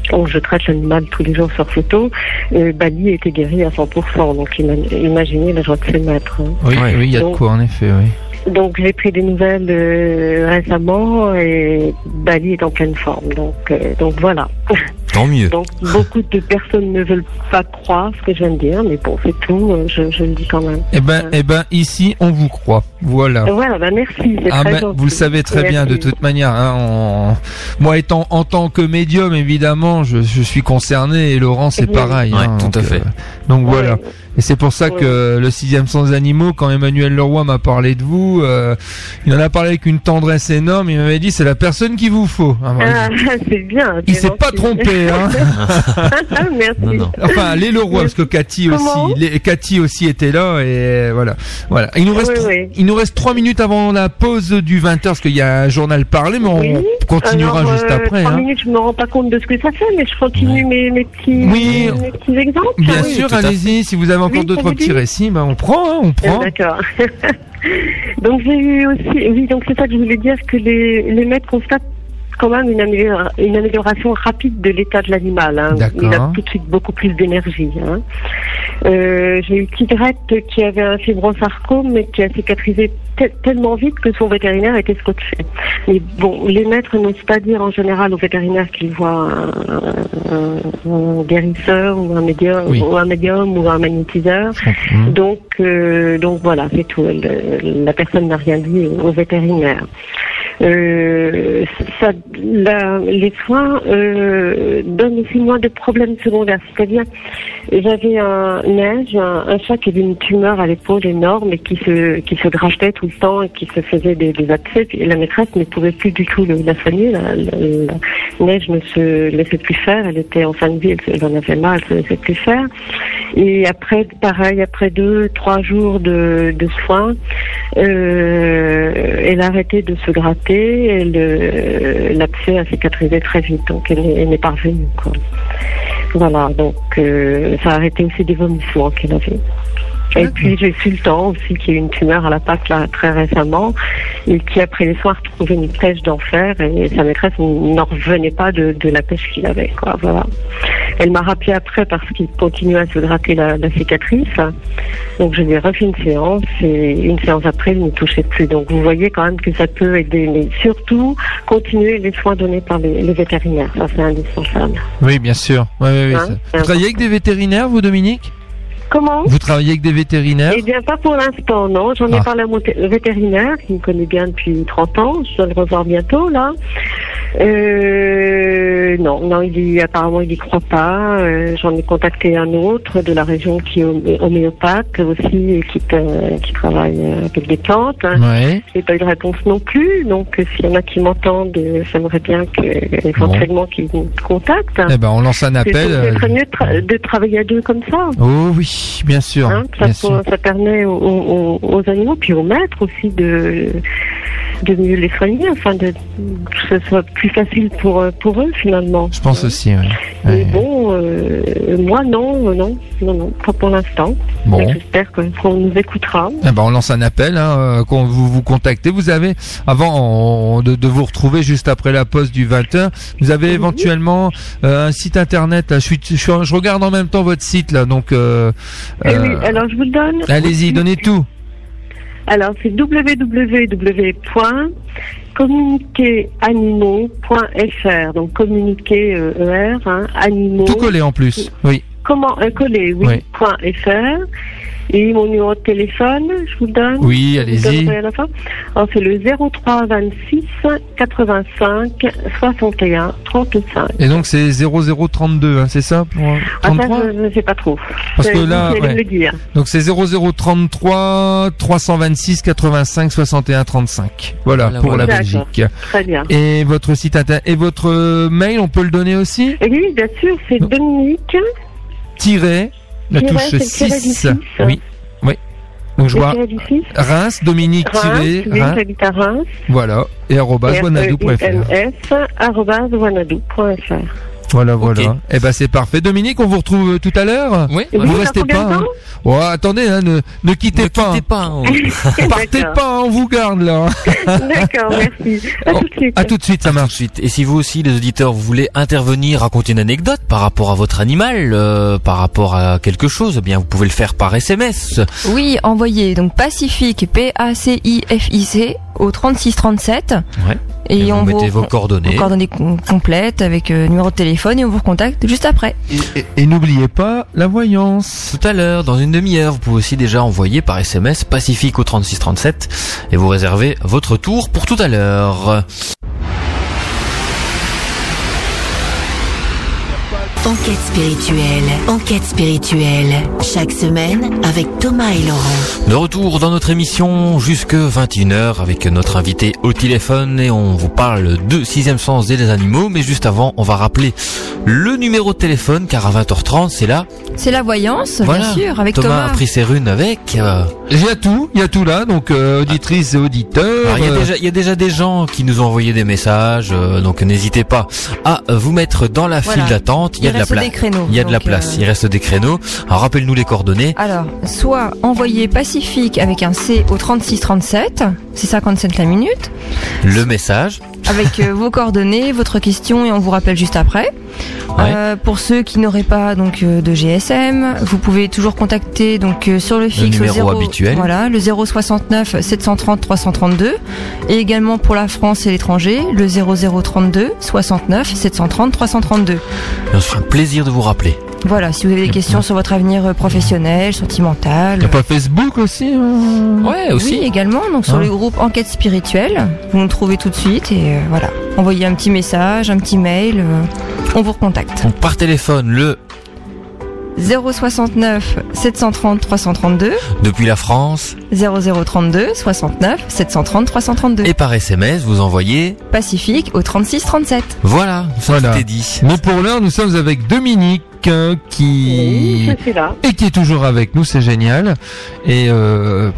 où je traite l'animal tous les jours sur photo, euh, Bali était guéri à cent pour cent. Donc imaginez la joie de ses maîtres. Hein. Oui, oui, il y a donc, de quoi en effet, oui. Donc j'ai pris des nouvelles euh, récemment et Bali est en pleine forme. Donc, euh, donc voilà. Tant mieux. Donc beaucoup de personnes ne veulent pas croire ce que je viens de dire, mais bon, c'est tout, euh, je, je le dis quand même. Eh ben, eh ben, ici, on vous croit. Voilà. Voilà, ben merci. C'est ah très ben, gentil. Vous le savez très merci. bien, de toute manière. Hein, on... Moi, étant en tant que médium, évidemment, je, je suis concerné et Laurent, c'est pareil. Ouais, hein, tout donc, à fait. Euh, donc ouais. voilà. Et c'est pour ça ouais. que le sixième sens animaux, quand Emmanuel Leroy m'a parlé de vous, euh, il en a parlé avec une tendresse énorme. Il m'avait dit, c'est la personne qu'il vous faut. Ah, ah c'est bien. Il s'est pas trompé, hein. Merci. Non, non. Enfin, les Leroy, parce que Cathy Comment aussi, les, Cathy aussi était là et voilà. Voilà. Il nous reste, oui, oui. il nous reste trois minutes avant la pause du vingt heures parce qu'il y a un journal parlé, mais on oui. continuera Alors, juste euh, après. Trois hein. minutes, je me rends pas compte de ce que ça fait, mais je continue ouais. mes, mes petits, oui. mes, mes petits exemples. Bien oui, sûr, allez-y. Si vous avez encore oui, d'autres petits dit. récits, ben on prend, hein, on prend. Euh, D'accord. Donc j'ai eu aussi, oui, donc c'est ça que je voulais dire, que les, les maîtres constatent quand même une, amélior- une amélioration rapide de l'état de l'animal. Hein. Il a tout de suite beaucoup plus d'énergie. Hein. Euh, j'ai eu Tigrette qui avait un fibrosarcome mais qui a cicatrisé te- tellement vite que son vétérinaire était scotché. Mais bon, les maîtres n'osent pas dire en général aux vétérinaires qu'ils voient un, un, un guérisseur ou un médium, oui. ou un médium ou un magnétiseur. Mmh. Donc, euh, donc voilà, c'est tout. Elle, la personne n'a rien dit au vétérinaire. Euh, ça, la, les soins euh, donnent aussi moins de problèmes secondaires. C'est-à-dire, j'avais un neige, un, un chat qui avait une tumeur à l'épaule énorme et qui se qui se grattait tout le temps et qui se faisait des, des abcès. Et la maîtresse ne pouvait plus du tout le, la soigner. La, la, la neige ne se laissait plus faire. Elle était en fin de vie, elle, elle en avait marre, elle se laissait plus faire. Et après, pareil, après deux, trois jours de, de soins, euh, elle a arrêté de se gratter. Et le, l'abcès a cicatrisé très vite, donc elle, elle n'est pas revenue, quoi. Voilà, donc euh, ça a arrêté aussi des vomissements qu'elle avait. Et puis j'ai su le temps aussi qu'il y a eu une tumeur à la patte là très récemment et qui après les soins a retrouvé une pêche d'enfer et sa maîtresse n'en revenait pas de, de la pêche qu'il avait, quoi. Voilà. Elle m'a rappelé après parce qu'il continuait à se gratter la, la cicatrice. Donc je lui ai refait une séance et une séance après il ne touchait plus. Donc vous voyez quand même que ça peut aider, mais surtout continuer les soins donnés par les, les vétérinaires. Ça c'est indispensable. Oui, bien sûr. Oui, oui, oui, hein, vous travaillez avec des vétérinaires, vous, Dominique ? Comment ? Vous travaillez avec des vétérinaires ? Eh bien, pas pour l'instant, non. J'en ai ah. parlé à mon t- vétérinaire, qui me connaît bien depuis trente ans. Je dois le revoir bientôt, là. Euh, non, non, il y, apparemment, il y croit pas. Euh, j'en ai contacté un autre de la région qui est homméopathe aussi, et qui, euh, qui travaille avec des plantes. Ouais. J'ai pas eu de réponse non plus. Donc, s'il y en a qui m'entendent, j'aimerais bien que, éventuellement, bon. qu'ils me contactent. Eh ben, on lance un appel. C'est, c'est très mieux de, tra- de travailler à deux comme ça. Oh oui, bien sûr. Hein, ça, bien pour, sûr. ça permet aux, aux, aux animaux, puis aux maîtres aussi, de, de mieux les soigner, enfin, de, que ce soit plus facile pour, pour eux, finalement. Je pense aussi, oui. Mais ouais. bon, euh, moi, non, non, non, non, pas pour l'instant. Bon. Mais j'espère que, qu'on nous écoutera. Eh ben, on lance un appel, hein, qu'on vous vous contactez. Vous avez, avant on, de, de vous retrouver juste après la pause du vingt heures, vous avez mm-hmm. éventuellement euh, un site internet. Là, je, suis, je, suis, je regarde en même temps votre site, là, donc... Euh, eh euh, oui, alors je vous le donne. Allez-y, donnez tout. Alors, c'est w w w point communiquer animaux point f r. Donc, communiquer euh, E R, hein, animaux. Tout collé en plus, oui. Comment euh, coller, oui, oui. Point F R. Et mon numéro de téléphone, je vous donne. Oui, allez-y. À la fin. Alors, c'est le zéro trois vingt-six quatre-vingt-cinq soixante et un trente-cinq. Et donc, c'est zéro zéro trente-deux, hein, c'est ça pour trente-trois Ah, ça, je ne sais pas trop. Parce que là, ouais. le dire. Donc, c'est zéro zéro trente-trois trois cent vingt-six quatre-vingt-cinq soixante et un trente-cinq. Voilà, voilà pour voilà. la Belgique. Très bien. Et votre site internet, et votre mail, on peut le donner aussi? Oui, bien sûr, c'est donc, Dominique. Tiré. La touche six. Oui, oui. Donc je vois Reims, Dominique Tiré, Reims. J'habite à Reims. Voilà. Et arrobase wanadoo point f r. arobase wanadoo point f r. Voilà, voilà. Ok. Eh ben c'est parfait. Dominique, on vous retrouve euh, tout à l'heure. Oui. Oui, Vous dans restez combien pas. de temps Hein. Oh, attendez, hein, ne, ne quittez Ne pas. quittez pas. hein. Partez D'accord. pas, on vous garde là. D'accord, merci. À Oh, tout de suite. À tout de suite, ça Tout de marche. suite. Et si vous aussi, les auditeurs, vous voulez intervenir, raconter une anecdote par rapport à votre animal, euh, par rapport à quelque chose, eh bien, vous pouvez le faire par S M S. Oui, envoyez donc Pacifique, P A C I F I C, au trente-six trente-sept. Ouais. Et, Et on vous mettez vous vos coordonnées. vos coordonnées com- complètes avec euh, numéro de téléphone et on vous recontacte juste après. Et, et- et n'oubliez pas la voyance. Tout à l'heure, dans une demi-heure, vous pouvez aussi déjà envoyer par S M S Pacifique au trente-six trente-sept et vous réservez votre tour pour tout à l'heure. Enquête spirituelle, enquête spirituelle. Chaque semaine avec Thomas et Laurent. De retour dans notre émission jusque vingt et une heures avec notre invité au téléphone et on vous parle de sixième sens et des animaux. Mais juste avant, on va rappeler le numéro de téléphone car à vingt heures trente, c'est là. C'est la voyance, Voilà. bien sûr, avec Thomas, Thomas. a pris ses runes avec. euh, Il y a tout, il y a tout là, donc euh, auditrices et auditeurs. Alors, il y a euh, déjà, il y a déjà des gens qui nous ont envoyé des messages, euh, donc n'hésitez pas à euh, vous mettre dans la Voilà. file d'attente. Il y a Il de la reste place. des créneaux, Il y a de la donc, place. euh, Il reste des créneaux. Alors rappelle-nous les coordonnées. Alors, soit envoyez Pacifique avec un C au trente-six trente-sept, c'est cinquante cents la minute, Le message. avec euh, vos coordonnées, votre question et on vous rappelle juste après. Ouais. Euh, pour ceux qui n'auraient pas donc euh, de G S M, vous pouvez toujours contacter donc euh, sur le fixe numéro au zéro, habituel. voilà, le zéro soixante-neuf sept cent trente trois cent trente-deux et également pour la France et l'étranger, le zéro zéro trente-deux soixante-neuf sept cent trente trois cent trente-deux. Et on se fera un plaisir de vous rappeler. Voilà, si vous avez des questions sur votre avenir euh, professionnel, sentimental. Il n'y a pas Facebook aussi hein Ouais, aussi. Oui, également, donc sur Ah. le groupe Enquête spirituelle, vous nous trouvez tout de suite et euh, voilà. Envoyez un petit message, un petit mail, euh, on vous recontacte. Donc par téléphone, le zéro soixante-neuf sept cent trente trois cent trente-deux, depuis la France zéro zéro trente-deux soixante-neuf sept cent trente trois cent trente-deux. et par S M S, vous envoyez. Pacifique au trente-six trente-sept. Voilà, ça Voilà. tout est dit. Mais pour l'heure, nous sommes avec Dominique hein, Oui, qui je suis là. et qui est toujours avec nous, c'est génial. Et euh...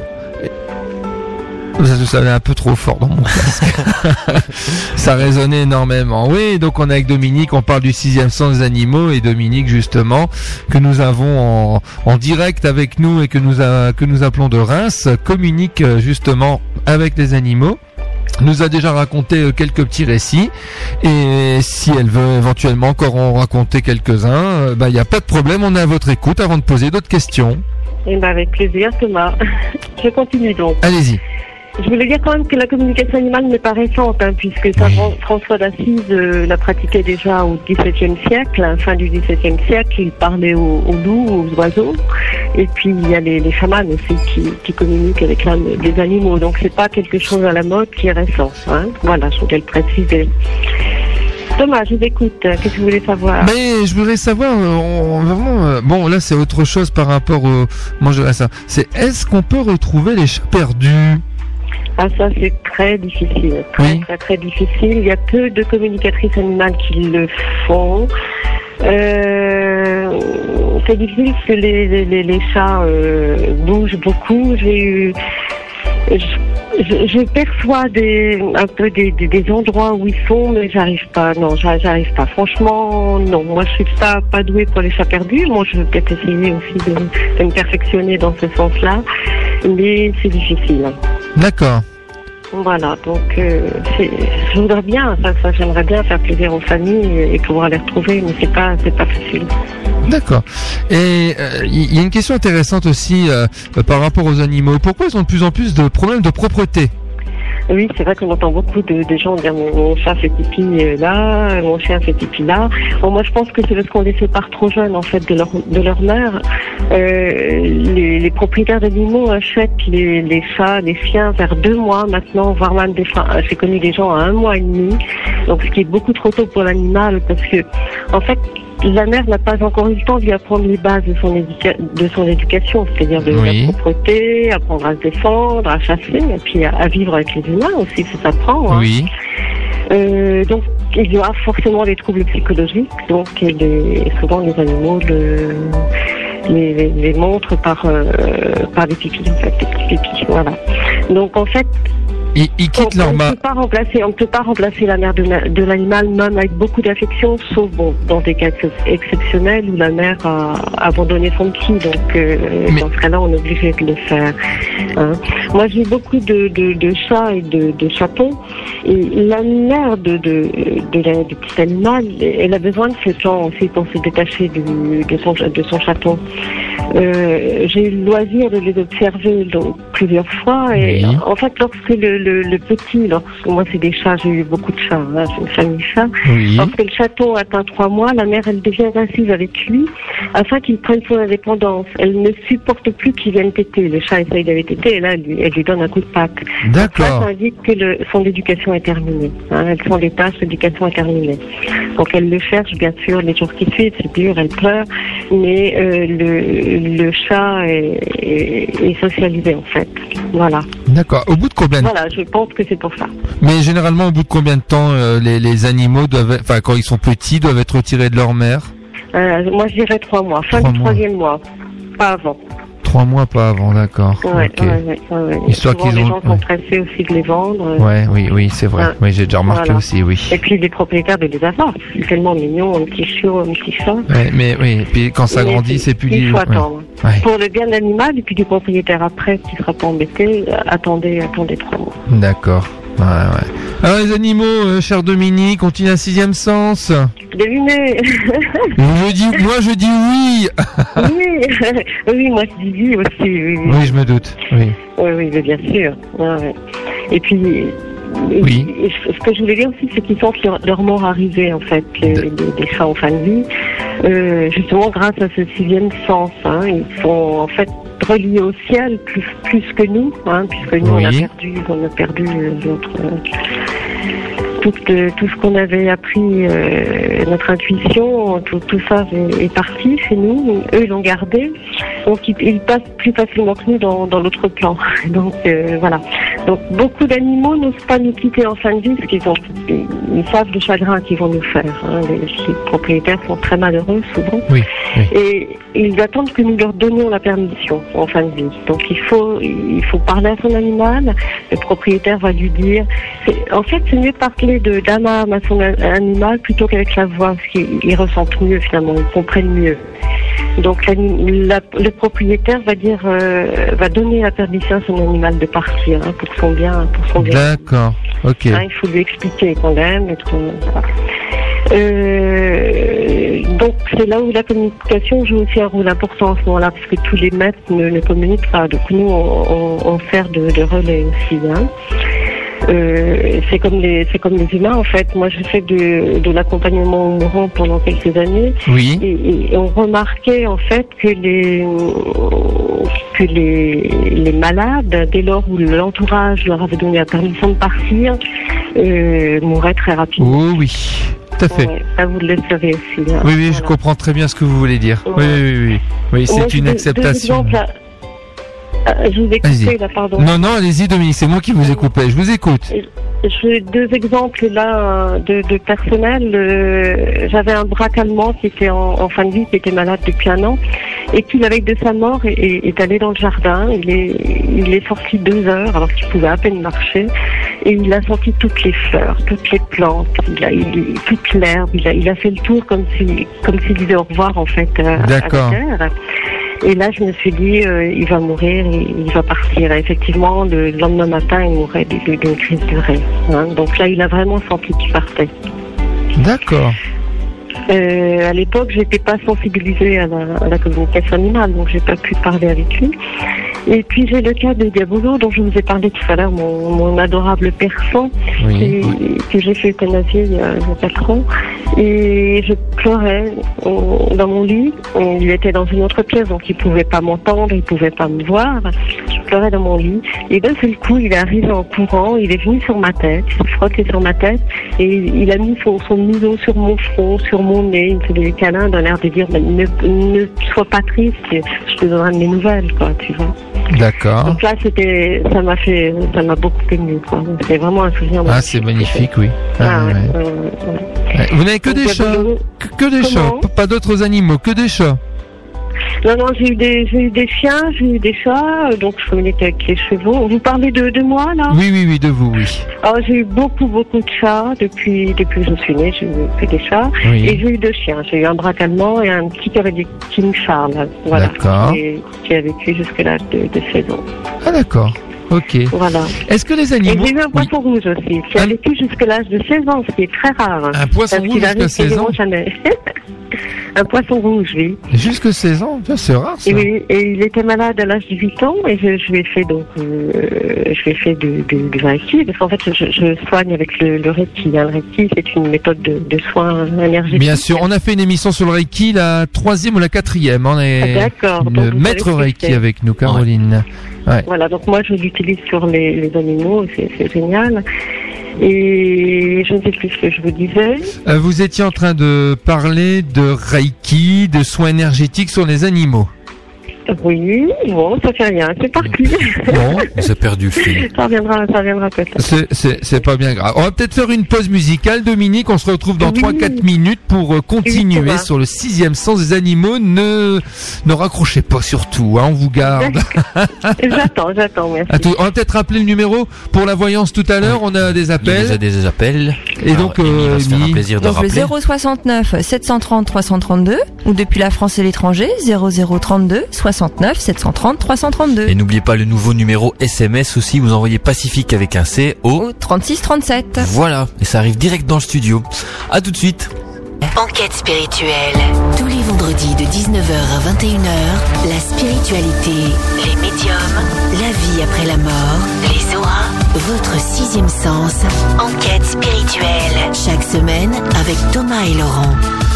ça, ça allait un peu trop fort dans mon casque. Ça résonnait énormément. Oui, donc on est avec Dominique, on parle du sixième sens des animaux et Dominique justement que nous avons en, en direct avec nous et que nous a, que nous appelons de Reims communique euh, justement avec les animaux. Nous a déjà raconté euh, quelques petits récits et si elle veut éventuellement encore en raconter quelques-uns, euh, bah il y a pas de problème, on est à votre écoute avant de poser d'autres questions. Et ben avec plaisir, Thomas. Je continue donc. Allez-y. Je voulais dire quand même que la communication animale n'est pas récente, hein, puisque Saint Fran- François d'Assise euh, la pratiquait déjà au dix-septième siècle, à la fin du dix-septième siècle. Il parlait aux, aux loups, aux oiseaux. Et puis il y a les, les chamans aussi qui, qui communiquent avec l'âme des animaux. Donc c'est pas quelque chose à la mode qui est récent. Hein. Voilà, je voulais le préciser. Thomas, je vous écoute. Qu'est-ce que vous voulez savoir? Mais je voudrais savoir, euh, on- vraiment, euh, bon là c'est autre chose par rapport au, moi je dirais ça, c'est est-ce qu'on peut retrouver les chats perdus? Ah, ça, c'est très difficile. Très, Oui. très, très difficile. Il y a peu de communicatrices animales qui le font. Euh, c'est difficile parce que les, les, les chats euh, bougent beaucoup. J'ai eu... Je, je, je perçois des, un peu des, des, des endroits où ils sont, mais j'arrive pas. Non, j'a- j'arrive pas. Franchement, non. Moi, je suis pas, pas douée pour les chats perdus. Moi, je vais peut-être essayer aussi de, de me perfectionner dans ce sens-là. Mais c'est difficile. D'accord. Voilà, donc euh, c'est- je voudrais bien, ça, ça j'aimerais bien faire plaisir aux familles et pouvoir les retrouver, mais c'est pas, c'est pas facile. D'accord. Et euh, il y a une question intéressante aussi euh, euh, par rapport aux animaux. Pourquoi ils ont de plus en plus de problèmes de propreté? Oui, c'est vrai qu'on entend beaucoup de, de gens dire mon, mon chat fait pipi euh, là, mon chien fait pipi là. Bon, moi je pense que c'est parce qu'on les sépare trop jeunes en fait de leur de leur mère. Euh, les, les propriétaires d'animaux achètent les, les chats, les chiens vers deux mois maintenant, voire même des fois, j'ai connu des gens à un mois et demi. Donc ce qui est beaucoup trop tôt pour l'animal parce que en fait la mère n'a pas encore eu le temps d'y apprendre les bases de son, éduca- de son éducation, c'est-à-dire de Oui. la propreté, apprendre à se défendre, à chasser, et puis à, à vivre avec les humains aussi, ça s'apprend. Hein. Oui. Euh, donc il y aura forcément des troubles psychologiques, donc et les, souvent les animaux le, les, les, les montrent par, euh, par des pipis, en fait, des petits pipis, voilà. Donc en fait, Ils, ils quittent on, leur on mât. ne peut pas remplacer, on ne peut pas remplacer la mère de, la- de l'animal, même avec beaucoup d'affection, sauf bon, dans des cas ex- exceptionnels où la mère a abandonné son petit. Donc, euh, Mais- dans ce cas-là, on est obligé de le faire. Hein. Moi, j'ai beaucoup de, de, de chats et de, de chatons. Et la mère de, de, de la, du petit animal, elle a besoin de ce temps aussi pour se détacher du, de, son, de son chaton. Euh, j'ai eu le loisir de les observer donc, plusieurs fois. Et Oui. en fait, lorsque le, le, le petit, lorsque moi c'est des chats, j'ai eu beaucoup de chats, hein, c'est une famille chat. Oui. Lorsque le chaton atteint trois mois, la mère elle devient agressive avec lui afin qu'il prenne son indépendance. Elle ne supporte plus qu'il vienne téter. Le chat essaye d'aller téter et là elle lui, elle lui donne un coup de patte. Ça, D'accord. ça indique que le, son éducation est terminée. Hein, elle s'en détache, l'éducation est terminée. Donc elle le cherche bien sûr les jours qui suivent, c'est dur, elle pleure, mais euh, le, le chat est, est, est socialisé en fait. Voilà. D'accord. Au bout de combien de... Voilà, je pense que c'est pour ça. Mais généralement, au bout de combien de temps euh, les, les animaux doivent, enfin quand ils sont petits, doivent être retirés de leur mère? Euh, moi je dirais trois mois, fin Trois du mois. troisième mois, pas avant. Trois mois, pas avant, d'accord. Ouais, Ok. ouais, ouais, ouais, ouais. Histoire Souvent, qu'ils les ont- gens sont ouais. pressés aussi de les vendre. Ouais, oui, oui, c'est vrai. Ah, Oui, j'ai déjà remarqué voilà. aussi, oui. Et puis les propriétaires de les avoir. C'est tellement mignon, un petit chiot, un petit chat. Ouais, mais oui, et puis quand ça Mais grandit, c'est plus Il du- faut ouais. attendre. Ouais. Pour le bien de l'animal et puis du propriétaire après, qui sera pas embêté, euh, attendez, attendez trois mois. D'accord. Ouais, ouais. Alors les animaux, euh, cher Dominique, ont-ils un sixième sens? Devinez. Je dis, moi je dis oui. Oui, oui, moi je dis oui aussi. Oui, oui, Oui, je me doute. Oui. oui, oui, mais bien sûr. Ouais, ouais. Et puis, Oui. et ce ce que je voulais dire aussi, c'est qu'ils sentent leur, leur mort arriver, en fait, les, De- les, les chats en fin de vie, euh, justement grâce à ce sixième sens. Hein, ils sont en fait reliés au ciel plus, plus que nous, hein, puisque nous Oui. on a perdu, on a perdu euh, notre. euh, tout, euh, tout ce qu'on avait appris, euh, notre intuition, tout, tout ça est, est parti chez nous. Eux, ils l'ont gardé. Donc, ils, ils passent plus facilement que nous dans, dans l'autre plan. Donc, euh, voilà. Donc, beaucoup d'animaux n'osent pas nous quitter en fin de vie parce qu'ils ont, ils, ils savent le chagrin qu'ils vont nous faire. Hein. Les, les propriétaires sont très malheureux souvent. Oui, oui. Et ils attendent que nous leur donnions la permission en fin de vie. Donc, il faut, il faut parler à son animal. Le propriétaire va lui dire. c'est- En fait, c'est mieux de parler de d'âme à âme à son a- animal plutôt qu'avec la voix, parce qu'ils ils ressentent mieux finalement, ils comprennent mieux. Donc l'ani- la- le propriétaire va dire, euh, va donner la permission à son animal de partir hein, pour son bien, pour son bien. D'accord. Ok. Hein, il faut lui expliquer qu'on l'aime. Et qu'on- voilà. Euh, donc c'est là où la communication joue aussi un rôle important à ce moment-là, parce que tous les maîtres ne, ne communiquent pas. Donc nous, on, on, on sert de, de relais aussi. Hein. Euh, c'est comme les c'est comme les humains en fait. Moi, j'ai fait de, de l'accompagnement au mourant pendant quelques années. Oui. Et, et on remarquait en fait que les que les, les malades, dès lors où l'entourage leur avait donné la permission de partir, euh, mouraient très rapidement. Oh oui. Tout à fait. Ouais, ça vous le savez aussi. Hein. Oui, oui, je Voilà. comprends très bien ce que vous voulez dire. Ouais. Oui, oui, oui. Oui, oui Moi, c'est j'ai une deux- acceptation. deux exemples à- Ah, je vous ai Vas-y. coupé là, pardon. Non, non, allez-y, Dominique, c'est moi qui vous ai coupé. Je vous écoute. J'ai deux exemples là euh, de, de personnel. Euh, J'avais un braque allemand qui était en, en fin de vie, qui était malade depuis un an, et qui, la veille de sa mort, est, est- est allé dans le jardin. Il est, il est sorti deux heures alors qu'il pouvait à peine marcher, et il a senti toutes les fleurs, toutes les plantes, il a, il, toute l'herbe. Il a, il a fait le tour comme si, comme s'il disait au revoir en fait euh, à la D'accord. terre. Et là, je me suis dit, euh, il va mourir, il, il va partir. Et effectivement, le lendemain matin, il mourrait d'une d'une crise de rêve. Hein. Donc là, il a vraiment senti qu'il partait. D'accord. Euh, à l'époque, j'étais pas sensibilisée à la, à la communication animale, donc j'ai pas pu parler avec lui. Et puis j'ai le cas de Diabolo, dont je vous ai parlé tout à l'heure, mon, mon adorable persan, Oui. qui- que j'ai fait euthanasier il y a, il y a quatre ans. Et je pleurais euh, dans mon lit. Il était dans une autre pièce, donc il pouvait pas m'entendre, il pouvait pas me voir. Je pleurais dans mon lit. Et d'un seul coup, il est arrivé en courant, il est venu sur ma tête, il s'est frotté sur ma tête, et il a mis son, son museau sur mon front, sur mon nez, il me faisait des câlins d'un air de dire, mais ne, ne sois pas triste, je te donnerai de mes nouvelles, quoi, tu vois. D'accord. Donc là, c'était, ça m'a fait, ça m'a beaucoup ému, quoi. C'est vraiment un souvenir. Ah, c'est magnifique, oui. Ah, Ah, ouais, ouais. ouais, ouais, ouais. Ouais. Vous n'avez que Donc, des chats Diabolo- que, que des Comment chats, p- pas d'autres animaux, que des chats. Non, non, j'ai eu des, j'ai eu des chiens, j'ai eu des chats, donc je communique avec les chevaux. Vous parlez de, de moi, là? Oui, oui, oui, de vous, oui. Alors, j'ai eu beaucoup, beaucoup de chats depuis, depuis que je suis née, j'ai eu que des chats. Oui. Et j'ai eu deux chiens. J'ai eu un braque allemand et un petit cœur du King Charles. Voilà. D'accord. Et, qui a vécu jusqu'à l'âge de, de seize ans. Ah, d'accord. Ok. Voilà. Est-ce que les Et animaux... j'ai eu un poisson Oui. rouge aussi, qui a Un- vécu jusqu'à l'âge de seize ans, ce qui est très rare. Un poisson Parce rouge qu'il jusqu'à arrive seize ans quasiment jamais. Un poisson rouge, oui. Jusque seize ans, ça, c'est rare, ça. Et, oui, et il était malade à l'âge de huit ans et je, je lui ai fait donc euh, je lui ai fait du, du, du Reiki, parce qu'en fait je, je soigne avec le, le Reiki. Hein. Le Reiki, c'est une méthode de, de soins énergétiques. Bien sûr, on a fait une émission sur le Reiki, la troisième ou la quatrième. On est Ah, d'accord. une Donc, vous maître savez ce que Reiki c'est. avec nous, Caroline. Ouais. Voilà, donc moi je l'utilise sur les, les animaux, c'est, c'est génial. Et je ne sais plus ce que je vous disais. Euh, vous étiez en train de parler de Reiki, de soins énergétiques sur les animaux. Oui, bon, ça fait rien, c'est parti. Bon, Vous avez perdu le fil. ça reviendra, ça reviendra peut-être. c'est, c'est, c'est pas bien grave. On va peut-être faire une pause musicale, Dominique. On se retrouve dans Oui. trois quatre minutes pour euh, continuer Oui, ça va. sur le sixième sens des animaux. Ne, ne raccrochez pas surtout, hein, on vous garde. J'attends, j'attends, merci. À tout- on va peut-être rappeler le numéro pour la voyance tout à l'heure. On a des Il y a appels. déjà des appels. Et donc, Amy euh, va se faire un Amy- plaisir de Donc le rappeler. zéro soixante-neuf sept cent trente trois cent trente-deux ou depuis la France et l'étranger zéro zéro trente-deux soixante-neuf sept cent trente trois cent trente-deux Et n'oubliez pas le nouveau numéro S M S aussi, vous envoyez Pacifique avec un C au... au trente-six trente-sept. Voilà, et ça arrive direct dans le studio. À tout de suite. Enquête spirituelle. Tous les vendredis de dix-neuf heures à vingt et une heures, la spiritualité, les médiums, la vie après la mort, les auras, votre sixième sens. Enquête spirituelle. Chaque semaine avec Thomas et Laurent.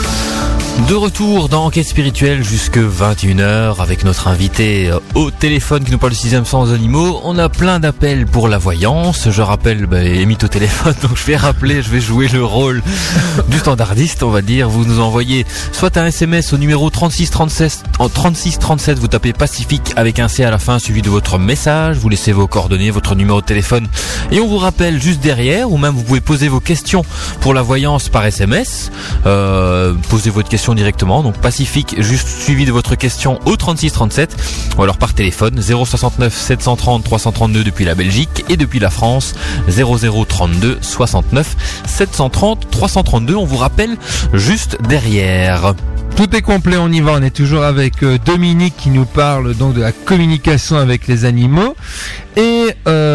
De retour dans Enquête spirituelle jusque vingt et une heures avec notre invité euh, au téléphone qui nous parle du sixième sens des animaux. On a plein d'appels pour la voyance. Je rappelle, bah, Amy au téléphone, donc je vais rappeler, je vais jouer le rôle du standardiste, on va dire. Vous nous envoyez soit un S M S au numéro trente-six trente-sept, en trente-six trente-sept, vous tapez Pacifique avec un C à la fin suivi de votre message, vous laissez vos coordonnées, votre numéro de téléphone et on vous rappelle juste derrière, ou même vous pouvez poser vos questions pour la voyance par S M S. Euh, posez votre question directement, donc Pacifique juste suivi de votre question au trente-six trente-sept ou alors par téléphone zéro soixante-neuf sept cent trente trois cent trente-deux depuis la Belgique et depuis la France zéro zéro trente-deux soixante-neuf sept cent trente trois cent trente-deux. On vous rappelle juste derrière. Tout est complet, on y va. On est toujours avec euh, Dominique qui nous parle donc de la communication avec les animaux. Et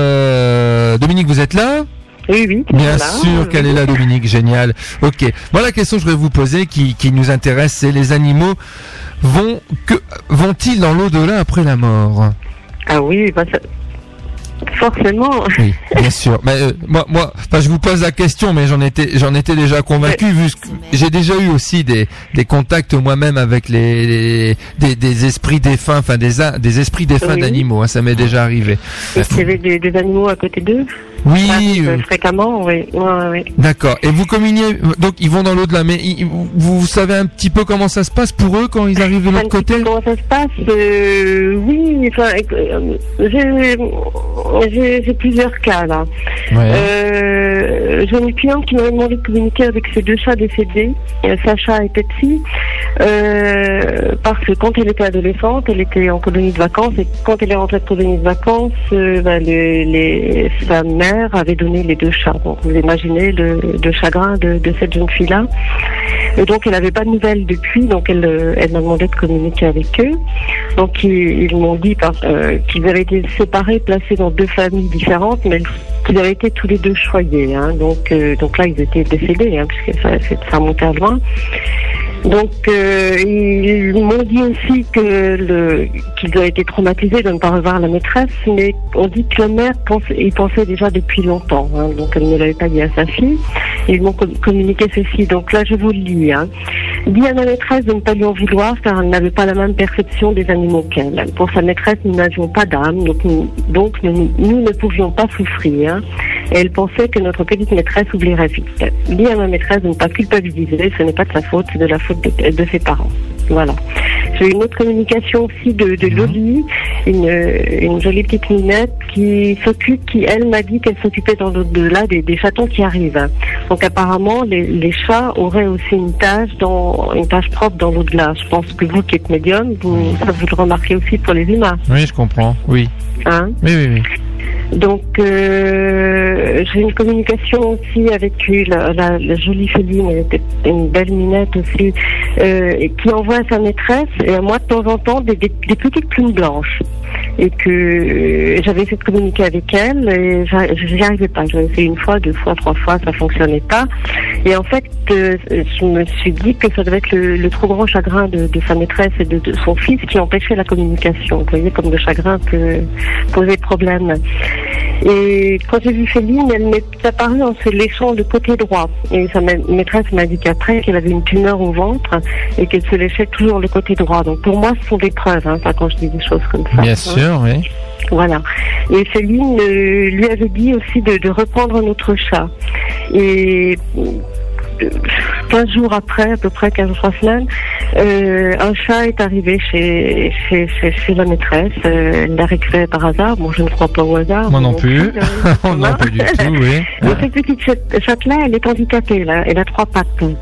euh, Dominique, vous êtes là ? Oui, oui. Bien voilà. sûr qu'elle est là, Dominique. Génial. Ok. Voilà la question que je voudrais vous poser qui, qui nous intéresse, c'est les animaux vont que vont-ils dans l'au-delà après la mort ? Ah oui, bah ça... forcément. Oui, bien sûr. Mais euh, moi, moi, enfin, je vous pose la question, mais j'en étais, j'en étais déjà convaincu, vu que j'ai déjà eu aussi des, des contacts moi-même avec les, les des, des esprits défunts, enfin des, a- des esprits défunts Oui. d'animaux. Hein, ça m'est déjà arrivé. Et qu'il y avait des, des animaux à côté d'eux. Oui, Ça arrive, euh, euh, fréquemment, oui. Ouais, ouais, ouais. d'accord. Et vous communiez, donc ils vont dans l'au-delà, mais ils- vous, vous savez un petit peu comment ça se passe pour eux quand ils arrivent de Un l'autre petit peu côté ? comment ça se passe euh, Oui, enfin, euh, j'ai, j'ai, j'ai plusieurs cas là. Ouais. Euh, j'ai une cliente qui m'avait demandé de communiquer avec ses deux chats décédés, euh, Sacha et Pepsi, euh, parce que quand elle était adolescente, elle était en colonie de vacances, et quand elle est rentrée de colonie de vacances, euh, ben, les, les, sa mère avait donné les deux chats. Donc vous imaginez le, le chagrin de, de cette jeune fille-là. Et donc elle n'avait pas de nouvelles depuis, donc elle, euh, elle m'a demandé de communiquer avec eux. Donc ils, ils m'ont dit par, euh, qu'ils avaient été séparés, placés dans deux familles différentes, mais qu'ils avaient été tous les deux choyés. Hein. Donc, euh, donc là ils étaient décédés, hein, puisque ça, ça remontait à loin. Donc euh, ils m'ont dit aussi que le, qu'ils avaient été traumatisés de ne pas revoir la maîtresse, mais on dit que la mère pense, il pensait déjà depuis longtemps, hein, donc elle ne l'avait pas dit à sa fille. Et ils m'ont com- communiqué ceci, donc là je vous le lis. Hein. Dit à ma maîtresse de ne pas lui en vouloir car elle n'avait pas la même perception des animaux qu'elle. Pour sa maîtresse, nous n'avions pas d'âme, donc, nous, donc nous, nous ne pouvions pas souffrir. et elle pensait que notre petite maîtresse oublierait vite. Dis à ma maîtresse de ne pas culpabiliser, ce n'est pas de sa faute, c'est de la faute de, de ses parents. Voilà. J'ai eu une autre communication aussi de, de Loli, une, une jolie petite minette qui s'occupe, qui elle m'a dit qu'elle s'occupait dans l'au-delà des, des chatons qui arrivent. Donc apparemment les, les chats auraient aussi une tâche dans une tâche propre dans l'au-delà. Je pense que vous qui êtes médium, vous, ça vous le remarquez aussi pour les humains. Oui, je comprends. Oui. Hein? Oui, oui, oui. Donc euh, j'ai une communication aussi avec la, la, la jolie Féline, elle était une belle minette aussi, euh, qui envoie à sa maîtresse et à moi de temps en temps des, des, des petites plumes blanches. Et que euh, j'avais essayé de communiquer avec elle et j'y arrivais pas. J'avais fait une fois, deux fois, trois fois, ça fonctionnait pas. Et en fait, euh, je me suis dit que ça devait être le, le trop grand chagrin de, de sa maîtresse et de, de son fils qui empêchait la communication. Vous voyez, comme le chagrin peut poser problème. Et quand j'ai vu Féline, elle m'est apparue en se léchant le côté droit. Et sa maîtresse m'a dit qu'après, qu'elle avait une tumeur au ventre et qu'elle se léchait toujours le côté droit. Donc pour moi, ce sont des preuves, hein, pas quand je dis des choses comme ça. Bien hein. sûr, oui. Voilà. Et Féline euh, lui avait dit aussi de, de reprendre notre chat. Et quinze jours après, à peu près quinze ou trois semaines, euh, un chat est arrivé chez, chez, chez, chez la maîtresse. Euh, elle l'a récupéré par hasard. Bon, je ne crois pas au hasard. Moi non plus. plus non, pas du tout, oui. Mais cette petite chatte-là, elle est handicapée, là. Elle a trois pattes.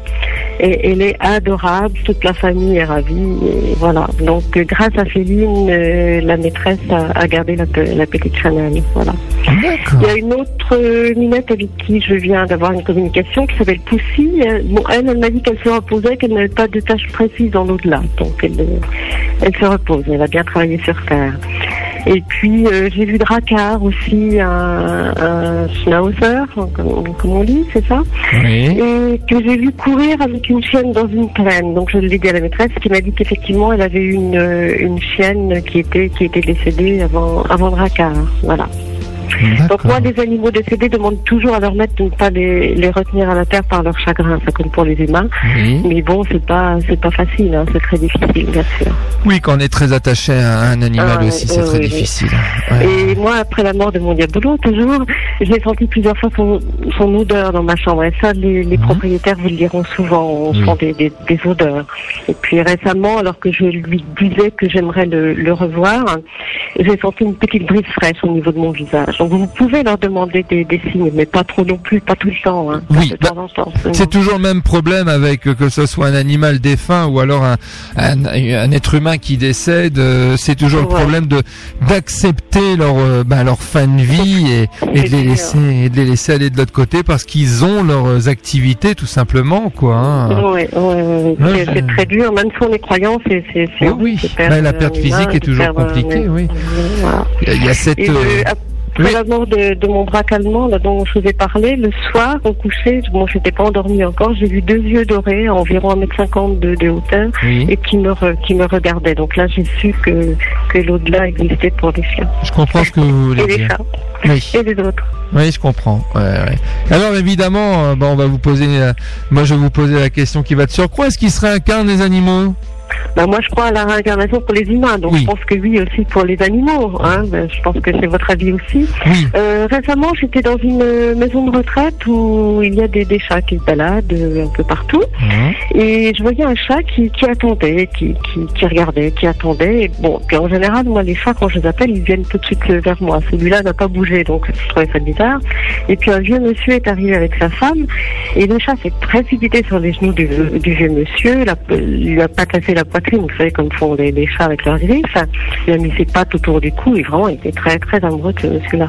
Et elle est adorable, toute la famille est ravie, et voilà. Donc, grâce à Féline, euh, la maîtresse a, a gardé la, la petite Chanel, voilà. D'accord. Il y a une autre euh, minette avec qui je viens d'avoir une communication qui s'appelle Poussy. Bon, elle, elle m'a dit qu'elle se reposait, qu'elle n'avait pas de tâches précises dans l'au-delà. Donc, elle, elle se repose, elle a bien travaillé sur Terre. Et puis, euh, j'ai vu Drakkar aussi, un, un schnauzer, comme, comme on dit, c'est ça? Oui. Et que j'ai vu courir avec une chienne dans une plaine. Donc, je l'ai dit à la maîtresse qui m'a dit qu'effectivement, elle avait eu une, une chienne qui était, qui était décédée avant, avant Drakkar. Voilà. Donc moi, les animaux décédés demandent toujours à leur maître de ne pas les, les retenir à la terre par leur chagrin, ça comme pour les humains. Oui. Mais bon, c'est pas c'est pas facile, hein, c'est très difficile, bien sûr. Oui, quand on est très attaché à un animal ah, aussi, c'est euh, très oui, difficile. Oui. Ouais. Et moi, après la mort de mon diabolo, toujours, j'ai senti plusieurs fois son, son odeur dans ma chambre. Et ça, les, les mmh. propriétaires vous le diront souvent, on oui. sent des, des, des odeurs. Et puis récemment, alors que je lui disais que j'aimerais le, le revoir, j'ai senti une petite brise fraîche au niveau de mon visage. Donc vous pouvez leur demander des, des signes, mais pas trop non plus, pas tout le temps. Hein, oui, de bah, temps en temps, c'est toujours le même problème avec que ce soit un animal défunt ou alors un, un, un être humain qui décède. Euh, c'est toujours ouais. le problème de d'accepter leur euh, bah, leur fin de vie et, et de les laisser et de les laisser aller de l'autre côté parce qu'ils ont leurs activités tout simplement, quoi. Hein. Oui, oui, oui. Ouais, c'est, c'est très dur, même si on est croyant, c'est c'est c'est. Oh, oui, bah, la perte physique est toujours compliquée, euh, oui. Voilà. Il y a cette. Et, euh, Après oui. la mort de, de mon braque allemand, là, dont je vous ai parlé, le soir, au coucher, bon, j'étais pas endormie encore, j'ai vu deux yeux dorés, à environ un mètre cinquante de, de hauteur, oui. et qui me, re, qui me regardaient. Donc là, j'ai su que, que l'au-delà existait pour les chiens. Je comprends ce que vous voulez et dire. Les chats. Oui. Et les autres. Oui, je comprends. Ouais, ouais. Alors évidemment, euh, bah, on va vous poser, euh, moi je vais vous poser la question qui va de surcroît. Est-ce qu'ils se réincarnent les animaux? Ben moi, je crois à la réincarnation pour les humains, donc oui. je pense que oui aussi pour les animaux. Hein. Ben, je pense que c'est votre avis aussi. Oui. Euh, récemment, j'étais dans une maison de retraite où il y a des, des chats qui se baladent un peu partout, mmh. et je voyais un chat qui, qui attendait, qui, qui, qui regardait, qui attendait. Et bon, puis en général, moi, les chats, quand je les appelle, ils viennent tout de suite vers moi. Celui-là n'a pas bougé, donc je trouvais ça bizarre. Et puis un vieux monsieur est arrivé avec sa femme, et le chat s'est précipité sur les genoux du, du vieux monsieur, la, lui a pas cassé la poitrine, vous savez, comme font les, les chats avec leurs griffes. Il a mis ses pattes autour du cou et vraiment, il était très, très amoureux de ce monsieur-là.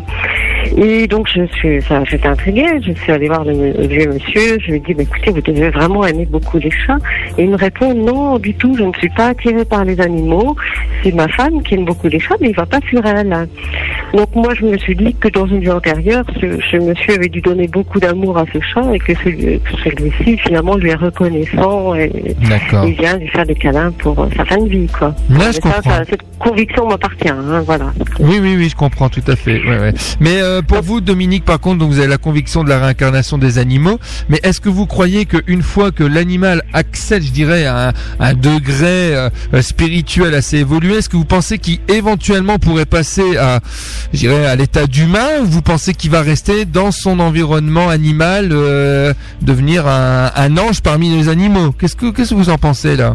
Et donc, je suis, ça, j'étais intriguée. Je suis allée voir le, le vieux monsieur. Je lui ai dit, bah, écoutez, vous devez vraiment aimer beaucoup les chats. Et il me répond, non, du tout, je ne suis pas attirée par les animaux. C'est ma femme qui aime beaucoup les chats, mais il va pas sur elle. Donc, moi, je me suis dit que dans une vie antérieure, ce, ce monsieur avait dû donner beaucoup d'amour à ce chat et que, celui, que celui-ci, finalement, lui est reconnaissant et D'accord. il vient lui faire des câlins pour euh, sa fin de vie, quoi. Là, je comprends. Ça, cette conviction m'appartient, hein, voilà. Oui, oui, oui, je comprends tout à fait. Ouais, ouais. Mais euh, pour vous, Dominique, par contre, donc vous avez la conviction de la réincarnation des animaux. Mais est-ce que vous croyez qu'une fois que l'animal accède, je dirais, à un, un degré euh, spirituel assez évolué, est-ce que vous pensez qu'il éventuellement pourrait passer à je dirais, à l'état d'humain, ou vous pensez qu'il va rester dans son environnement animal, euh, devenir un, un ange parmi les animaux? Qu'est-ce que, qu'est-ce que vous en pensez là?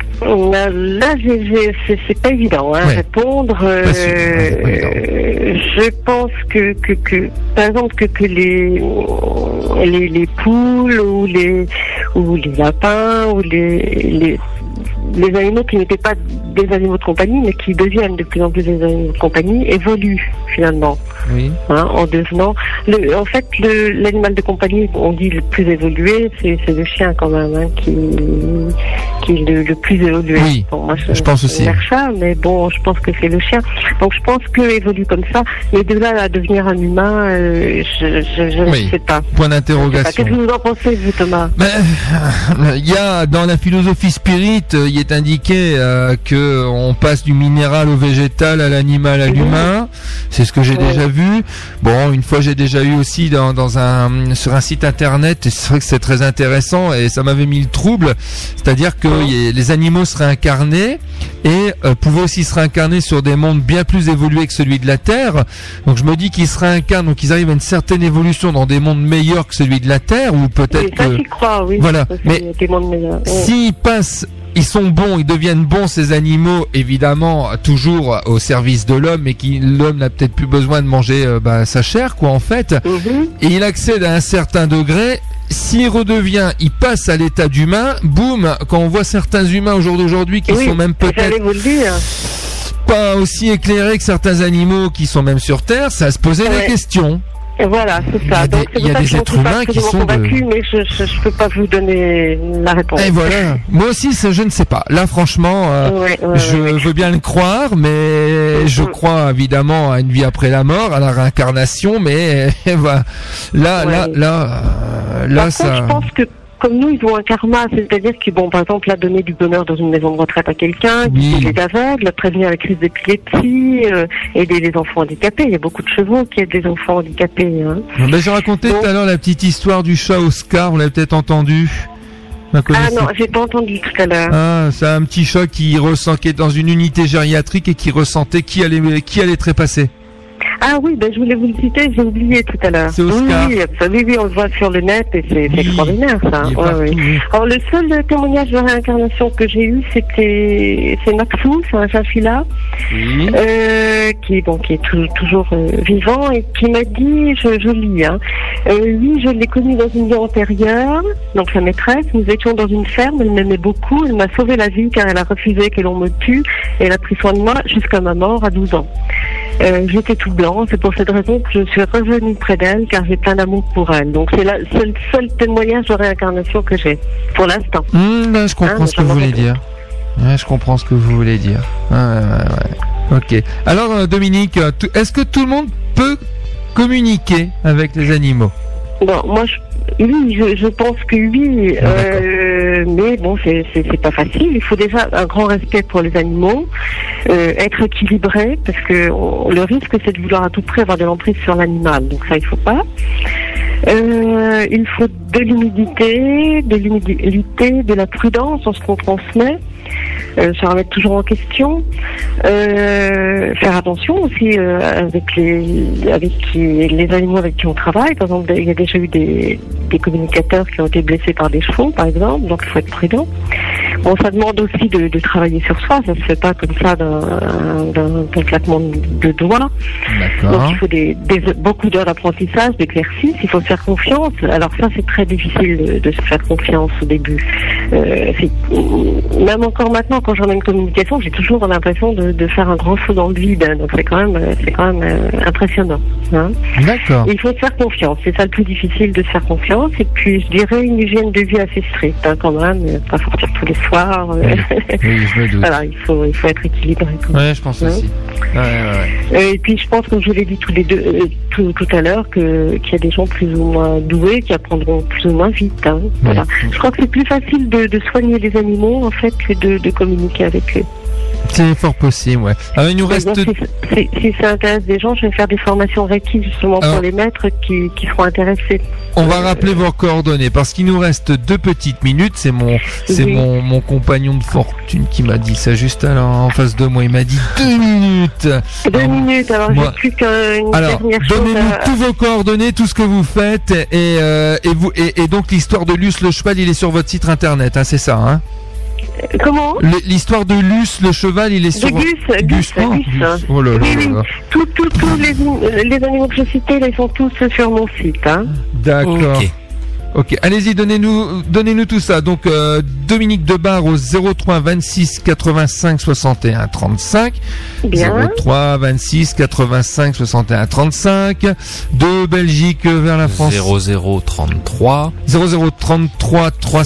Là, j'ai, j'ai, c'est, c'est pas évident à hein, répondre. Euh, euh, je pense que, que, que, par exemple, que, que les, les, les poules ou les, ou les lapins ou les, les, les animaux qui n'étaient pas des animaux de compagnie, mais qui deviennent de plus en plus des animaux de compagnie, évoluent finalement. Oui. Hein, en devenant. Le, en fait, le, l'animal de compagnie, on dit le plus évolué, c'est, c'est le chien quand même, hein, qui, qui est le, le plus évolué. Oui. Bon, moi, je, je pense aussi. Je chat, mais bon, je pense que c'est le chien. Donc, je pense que évolue comme ça. Mais de là à devenir un humain, euh, je, je, je oui. ne sais pas. Point d'interrogation. Qu'est-ce que vous en pensez, vous, Thomas? Ben, il y a dans la philosophie spirit, il est indiqué euh, que on passe du minéral au végétal, à l'animal, à mmh. l'humain. C'est ce que j'ai ouais. déjà vu. Bon, une fois j'ai déjà eu aussi dans, dans un sur un site internet, et c'est vrai que c'est très intéressant et ça m'avait mis le trouble. C'est-à-dire que ouais. les animaux se réincarnaient et euh, pouvaient aussi se réincarner sur des mondes bien plus évolués que celui de la Terre. Donc je me dis qu'ils se réincarnent, donc ils arrivent à une certaine évolution dans des mondes meilleurs que celui de la Terre, ou peut-être oui, ça, que j'y crois, oui. Voilà. Ça, mais des mondes meilleurs. S'ils passent ils sont bons, ils deviennent bons ces animaux, évidemment toujours au service de l'homme, mais qui l'homme n'a peut-être plus besoin de manger euh, bah, sa chair, quoi, en fait. Mm-hmm. Et il accède à un certain degré. S'il redevient, il passe à l'état d'humain. Boum, quand on voit certains humains au jour d'aujourd'hui qui oui, sont même peut-être vous le dire. pas aussi éclairés que certains animaux qui sont même sur Terre, ça se posait ouais. des questions. Et voilà, c'est ça. Donc, il y a des, il y a des êtres humains qui sont convaincus, de... mais je, je, je peux pas vous donner la réponse. Et voilà. Moi aussi, ça, je ne sais pas. Là, franchement, euh, ouais, ouais, je ouais. veux bien le croire, mais je mmh. crois évidemment à une vie après la mort, à la réincarnation, mais voilà. Là, ouais. là, là, euh, là, Par ça. Contre, je pense que comme nous, ils ont un karma, c'est-à-dire qu'ils vont, par exemple, là, donner du bonheur dans une maison de retraite à quelqu'un, oui. qui est aveugle, prévenir la crise d'épilepsie, euh, aider les enfants handicapés. Il y a beaucoup de chevaux qui aident des enfants handicapés. Hein. Ben, j'ai raconté tout à l'heure la petite histoire du chat Oscar, vous l'avez peut-être entendu. Ah non, j'ai pas entendu tout à l'heure. Ah, c'est un petit chat qui ressent, qui est dans une unité gériatrique et qui ressentait qui allait, qui allait trépasser. Ah oui, ben je voulais vous le citer, j'ai oublié tout à l'heure. C'est Oscar. Oui, oui, oui, on le voit sur le net et c'est, oui. c'est extraordinaire ça. Ouais, partout, oui. Oui. Alors le seul témoignage de réincarnation que j'ai eu, c'était c'est Maxou, c'est un chinchilla, oui. euh, qui bon, qui est tout, toujours euh, vivant et qui m'a dit, je, je lis, hein, euh, lui je l'ai connu dans une vie antérieure, donc sa maîtresse, nous étions dans une ferme, elle m'aimait beaucoup, elle m'a sauvé la vie car elle a refusé que l'on me tue et elle a pris soin de moi jusqu'à ma mort à douze ans. Euh, j'étais tout blanc, c'est pour cette raison que je suis revenue près d'elle car j'ai plein d'amour pour elle. Donc c'est, la, c'est le seul témoignage de réincarnation que j'ai pour l'instant. Mmh, ben, je comprends hein, ce que vous voulez dire. Ouais, je comprends ce que vous voulez dire. Ouais, ouais, ouais. Ok. Alors euh, Dominique, est-ce que tout le monde peut communiquer avec les animaux? Bon, moi, je, oui, je, je pense que oui, ah, euh, mais bon, c'est, c'est, c'est pas facile. Il faut déjà un grand respect pour les animaux, euh, être équilibré, parce que on, le risque, c'est de vouloir à tout prix avoir de l'emprise sur l'animal. Donc ça, il faut pas. Euh, il faut de l'humilité, de l'humilité, de la prudence dans ce qu'on transmet. Euh, se remettre toujours en question, euh, faire attention aussi euh, avec les avec qui, les animaux avec qui on travaille. Par exemple, il y a déjà eu des, des communicateurs qui ont été blessés par des chevaux, par exemple, donc il faut être prudent. Bon, ça demande aussi de, de travailler sur soi, ça se fait pas comme ça d'un, d'un, d'un claquement de doigts. D'accord. Donc il faut des, des, beaucoup d'heures d'apprentissage, d'exercice, il faut se faire confiance. Alors ça, c'est très difficile de, de se faire confiance au début. Euh, c'est, même encore maintenant, quand j'en ai une communication, j'ai toujours l'impression de, de faire un grand saut dans le vide. Donc c'est quand même, c'est quand même euh, impressionnant. Hein. D'accord. Il faut se faire confiance. C'est ça le plus difficile, de se faire confiance. Et puis, je dirais une hygiène de vie assez stricte, hein, quand même. Pas sortir tous les soirs. Oui, oui, je me doute. Voilà, il faut, il faut être équilibré. Oui, je pense hein. aussi. Ouais, ouais, ouais. Et puis, je pense, comme je l'ai dit tous les deux, euh, tout, tout à l'heure, que, qu'il y a des gens plus ou moins doués qui apprendront plus ou moins vite. Hein. Voilà. Oui. Je crois que c'est plus facile de, de soigner les animaux, en fait, que de, de communiquer avec eux. C'est fort possible, ouais. Alors, il nous reste... Si, si, si ça intéresse des gens, je vais faire des formations Reiki justement Alors, pour les maîtres qui, qui seront intéressés. On va rappeler vos coordonnées parce qu'il nous reste deux petites minutes. C'est mon, c'est oui. mon, mon compagnon de fortune qui m'a dit ça juste alors en face de moi. Il m'a dit deux minutes. Deux alors, minutes. Alors, moi, j'ai plus qu'une alors, dernière chose. Donnez-nous à... tous vos coordonnées, tout ce que vous faites et, euh, et vous, et, et donc l'histoire de Luce le cheval, il est sur votre site internet, hein, c'est ça, hein? Comment? L'histoire de Luce, le cheval, il est sur... Gus, Gus, Gus, oh, Gus. Gus. Oh là là oui, là là. Tous tout, tout les, les animaux que je citais, ils sont tous sur mon site. Hein. D'accord. Ok. Ok, allez-y, donnez-nous, donnez-nous tout ça. Donc, euh, Dominique Debar au zéro trois vingt-six quatre-vingt-cinq soixante et un trente-cinq. Bien. zéro trois vingt-six quatre-vingt-cinq soixante et un trente-cinq. De Belgique vers la France. zéro zéro trente-trois. zéro zéro trente-trois trois.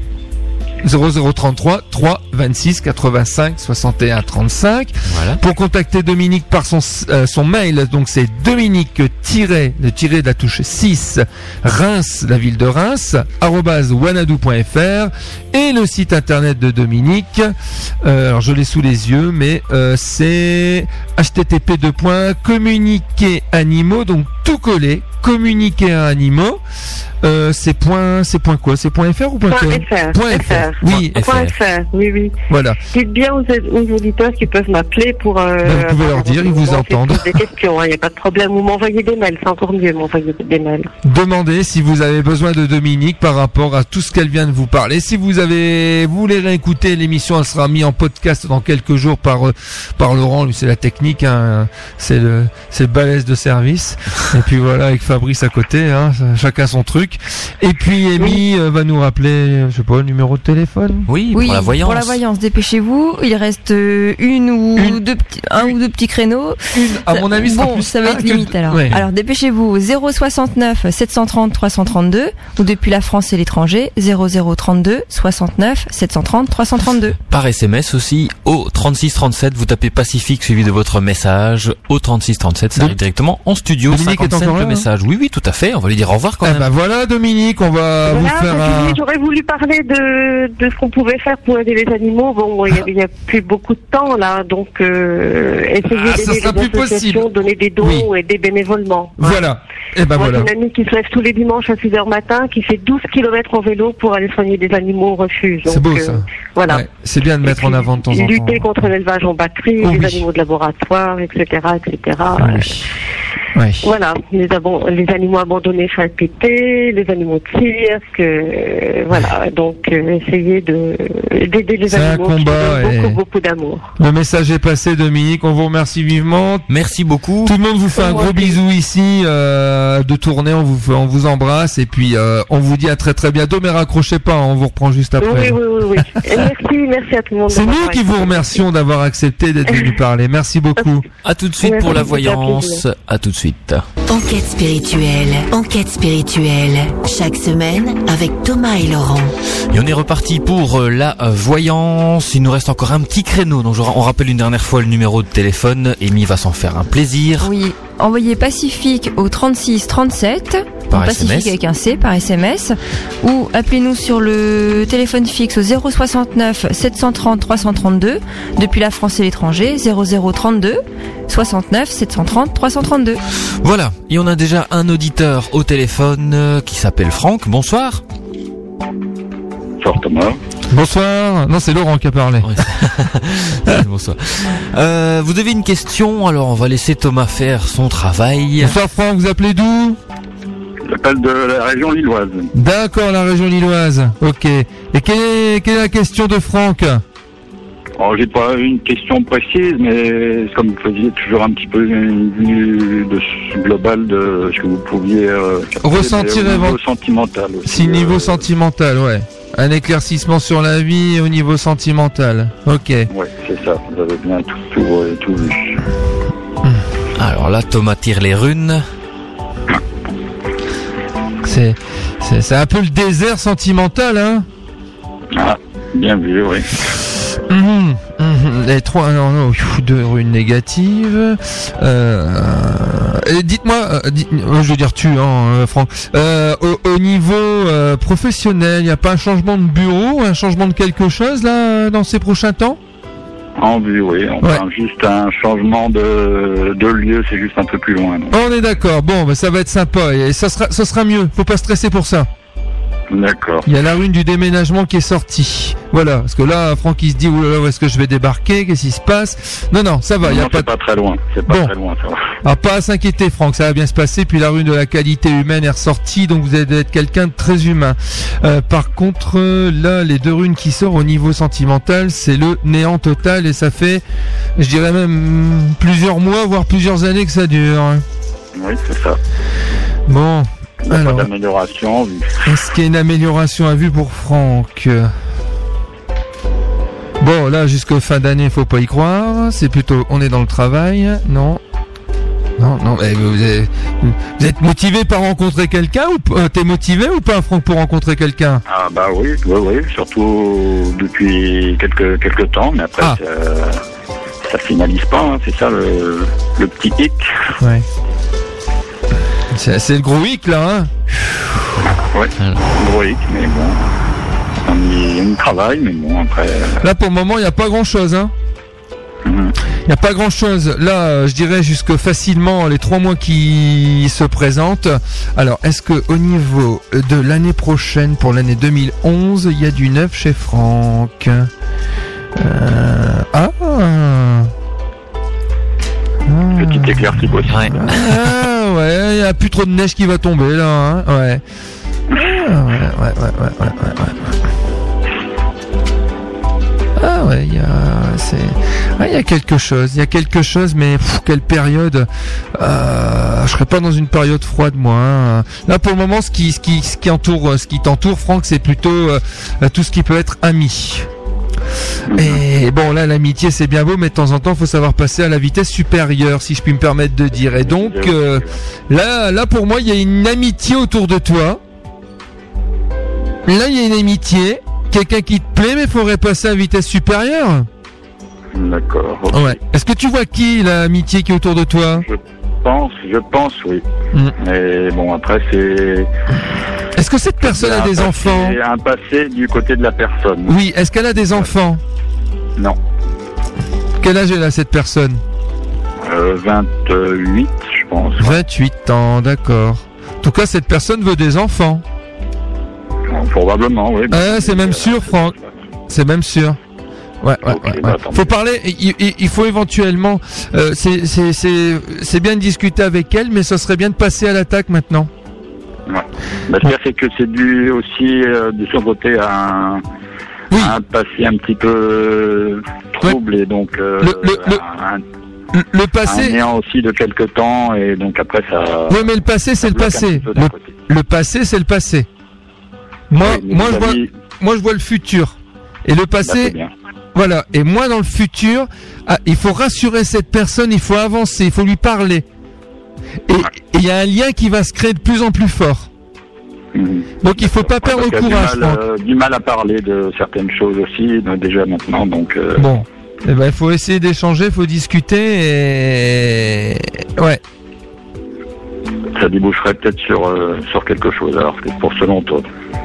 zéro zéro trente-trois trois vingt-six quatre-vingt-cinq soixante et un trente-cinq. Voilà. Pour contacter Dominique par son euh, son mail, donc c'est Dominique tiré le tiré de la touche six Reims, la ville de Reims arobase wanadoo point fr et le site internet de Dominique. Euh, alors je l'ai sous les yeux, mais euh, c'est h t t p deux points communiquer animaux, donc tout collé. Communiquer à animaux, euh, c'est point, c'est point quoi, c'est point fr ou point fr? Point fr. fr. Oui, point fr. Oui, oui. Voilà. Dites bien aux, aux auditeurs qui peuvent m'appeler pour. Euh, ben, vous pouvez leur dire, ils vous entendent. Des questions, il hein, n'y a pas de problème. Vous m'envoyez des mails, c'est encore mieux, m'envoyer des mails. Demandez si vous avez besoin de Dominique par rapport à tout ce qu'elle vient de vous parler. Si vous avez, vous voulez réécouter l'émission, elle sera mise en podcast dans quelques jours par euh, par Laurent. Lui, c'est la technique, hein, c'est le, c'est le balèze de service. Et puis voilà, avec Fabrice à côté, hein, chacun son truc. Et puis Amy oui. euh, va nous rappeler, je sais pas, le numéro de téléphone. Oui, oui pour la voyance. Pour la voyance, dépêchez-vous. Il reste une ou une, deux petits, un une, ou deux petits créneaux. Une, à mon avis, bon, plus ça va être limite que... alors. Ouais. Alors dépêchez-vous. zéro soixante-neuf sept cent trente trois cent trente-deux ou depuis la France et l'étranger zéro zéro trente-deux soixante-neuf sept cent trente trois cent trente-deux. Par S M S aussi au trente-six trente-sept. Vous tapez Pacifique suivi de votre message au trente-six trente-sept. Ça arrive directement en studio. Dominique est encore là, le message. Oui, oui, tout à fait. On va lui dire au revoir quand eh même. Ben voilà, Dominique, on va voilà, vous faire un... J'aurais voulu parler de, de ce qu'on pouvait faire pour aider les animaux. Bon, il n'y a, a plus beaucoup de temps là, donc euh, essayer ah, d'aider les associations, possible. Donner des dons oui. et des bénévolement. Voilà. Et ben Moi, voilà. j'ai une amie qui se lève tous les dimanches à six heures matin, qui fait douze kilomètres en vélo pour aller soigner des animaux au refuge. C'est beau ça. Euh, voilà. Ouais, c'est bien de mettre puis, en avant de temps en temps. Lutter contre l'élevage en batterie, oh, les oui. animaux de laboratoire, et cetera, et cetera. Oui. Oui. Voilà, les, abon- les animaux abandonnés chapités, les animaux de cirque, euh, voilà, donc euh, essayer de d'aider les c'est animaux un combat qui donnent et... beaucoup, beaucoup d'amour. Le message est passé, Dominique, on vous remercie vivement. Merci beaucoup. Tout le monde vous fait un gros bisou ici euh, de tournée, on vous, on vous embrasse et puis euh, on vous dit à très très bientôt, mais raccrochez pas, on vous reprend juste après. Oui, oui, oui, oui. Et merci, merci à tout le monde. C'est nous qui vous remercions d'avoir accepté d'être venu parler, merci beaucoup. À tout de suite merci, pour la voyance, à tout de suite. Enquête spirituelle, enquête spirituelle, chaque semaine avec Thomas et Laurent. Et on est reparti pour la voyance, il nous reste encore un petit créneau, donc on rappelle une dernière fois le numéro de téléphone, Amy va s'en faire un plaisir. Oui, envoyez Pacifique au trente-six trente-sept, par Pacifique S M S. Avec un C par S M S, ou appelez-nous sur le téléphone fixe au zéro soixante-neuf sept cent trente trois cent trente-deux, depuis la France et l'étranger, zéro zéro trente-deux soixante-neuf sept cent trente trois cent trente-deux. Voilà, et on a déjà un auditeur au téléphone euh, qui s'appelle Franck. Bonsoir. Bonsoir Thomas. Bonsoir. Non, c'est Laurent qui a parlé. Ouais, bonsoir. Euh, vous avez une question, alors on va laisser Thomas faire son travail. Bonsoir Franck, vous appelez d'où? J'appelle de la région lilloise. D'accord, la région lilloise. Ok. Et quelle est, quelle est la question de Franck? Alors, j'ai pas une question précise, mais comme vous faisiez toujours un petit peu une vue de globale de ce que vous pouviez euh, ressentir au niveau avant... sentimental aussi. Si euh... niveau sentimental, ouais. Un éclaircissement sur la vie au niveau sentimental. Ok. Ouais, c'est ça. Vous avez bien tout, tout, euh, tout vu. Alors là, Thomas tire les runes. C'est, c'est, c'est un peu le désert sentimental, hein. Ah, bien vu, oui. Mmh, mmh, les trois, non, non, deux runes négatives. Euh, dites-moi, euh, dites, je veux dire tu, hein, Franck. Euh, au, au niveau euh, professionnel, il n'y a pas un changement de bureau, un changement de quelque chose là dans ces prochains temps? En vue, oui. On Ouais. parle juste un changement de, de lieu, c'est juste un peu plus loin. donc. On est d'accord. Bon, bah, ça va être sympa et ça sera, ça sera mieux. Faut pas stresser pour ça. D'accord. Il y a la rune du déménagement qui est sortie. Voilà, parce que là, Franck il se dit oulala, où est-ce que je vais débarquer? Qu'est-ce qui se passe? Non, non, ça va. Il y Non, a pas. c'est pas très loin. C'est pas Bon. très loin, ça va. Ah, pas à s'inquiéter, Franck, ça va bien se passer. Puis la rune de la qualité humaine est ressortie, donc vous allez être quelqu'un de très humain. Euh, par contre, euh, là, les deux runes qui sortent au niveau sentimental, c'est le néant total et ça fait, je dirais même mm, plusieurs mois, voire plusieurs années que ça dure. hein. Oui, c'est ça. Bon, Il n'y a alors, pas d'amélioration. vu- est-ce qu'il y a une amélioration à vue pour Franck? Bon, là, jusqu'au fin d'année, faut pas y croire. C'est plutôt, on est dans le travail, non? Non, non, eh, vous, êtes, vous êtes motivé par rencontrer quelqu'un ou p- euh, t'es motivé ou pas, Franck, pour rencontrer quelqu'un? Ah bah oui, oui, oui, surtout depuis quelques quelques temps, mais après Ah. ça, ça finalise pas, hein, c'est ça le, le petit hic. Ouais. C'est, c'est le gros hic, là, hein? Ouais, gros hic, mais bon, on y, on y travaille, mais bon après. euh, Là, pour le moment, il n'y a pas grand-chose, hein? mhm. Il n'y a pas grand-chose. Là, euh, je dirais jusque facilement les trois mois qui se présentent. Alors, est-ce que au niveau de l'année prochaine, pour l'année deux mille onze, il y a du neuf chez Franck? euh... Ah. Ah. Petite éclaircie possible. Ouais. Ah ouais, il n'y a plus trop de neige qui va tomber là, hein. Ouais. Ah, ouais, ouais, ouais, ouais, ouais, ouais, ouais. Ah ouais, il y a, c'est, ah, il y a quelque chose, il y a quelque chose, mais pff, quelle période. Euh, je serais pas dans une période froide, moi. hein. Là, pour le moment, ce qui, ce qui, ce qui entoure, ce qui t'entoure, Franck, c'est plutôt euh, tout ce qui peut être ami. Et bon, là, l'amitié, c'est bien beau, mais de temps en temps, faut savoir passer à la vitesse supérieure, si je puis me permettre de dire. Et donc, euh, là, là, pour moi, il y a une amitié autour de toi. Là, il y a une amitié, quelqu'un qui te plaît, mais il faudrait passer à vitesse supérieure. D'accord. ok. Ouais. Est-ce que tu vois qui, l'amitié qui est autour de toi? Je pense, je pense, oui. Mm. Mais bon, après c'est. Est-ce que cette personne a un des passé- enfants? Un passé du côté de la personne. Oui. Est-ce qu'elle a des enfants? Non. Quel âge elle a, cette personne? Euh, vingt-huit, je pense. vingt-huit ans, d'accord. En tout cas, cette personne veut des enfants. Bon, probablement, oui. Ah, c'est même sûr, Franck. C'est même sûr. Ouais, ouais, Ok, ouais, ouais. bah, tant Faut mieux. parler. Il, il- il faut éventuellement. Euh, c'est, c'est, c'est, c'est bien de discuter avec elle, mais ça serait bien de passer à l'attaque maintenant. Bah, ce qu'il y a, c'est que c'est dû aussi euh, de son côté à un, Oui. à un passé un petit peu euh, trouble et donc euh, Le- le- le- un, Le, le un passé. néant aussi de quelques temps et donc après ça. Oui, mais le passé, c'est ça le bloque un passé. petit peu d'un Le, côté. le passé, c'est le passé. Moi, Oui, mais moi, je vois, vis-à-vis, moi, je vois le futur. Et le là, passé, c'est bien. voilà. Et moi, dans le futur, ah, il faut rassurer cette personne, il faut avancer, il faut lui parler. Et et il y a un lien qui va se créer de plus en plus fort. Mhm. Donc, il faut pas Ouais, perdre parce le qu'il y a courage, du mal, Franck. euh, du mal à parler de certaines choses aussi donc, déjà maintenant donc. euh, Bon. Eh ben, il faut essayer d'échanger, il faut discuter et... Ouais. Ça déboucherait peut-être sur euh, sur quelque chose alors que pour selon toi.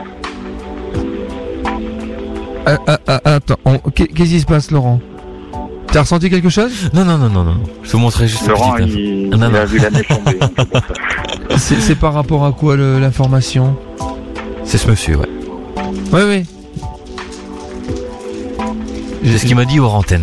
Ah, ah, ah, attends, on- qu'est- qu'est-ce qui se passe, Laurent? T'as ressenti quelque chose? Non, non, non, non, non. Je vous montrerai juste Laurent la petite info. il, Non, il non. a vu la neige tomber. donc c'est pour ça. C'est c'est par rapport à quoi le- l'information? C'est ce monsieur, ouais. Oui, oui. C'est ce qu'il m'a dit hors antenne.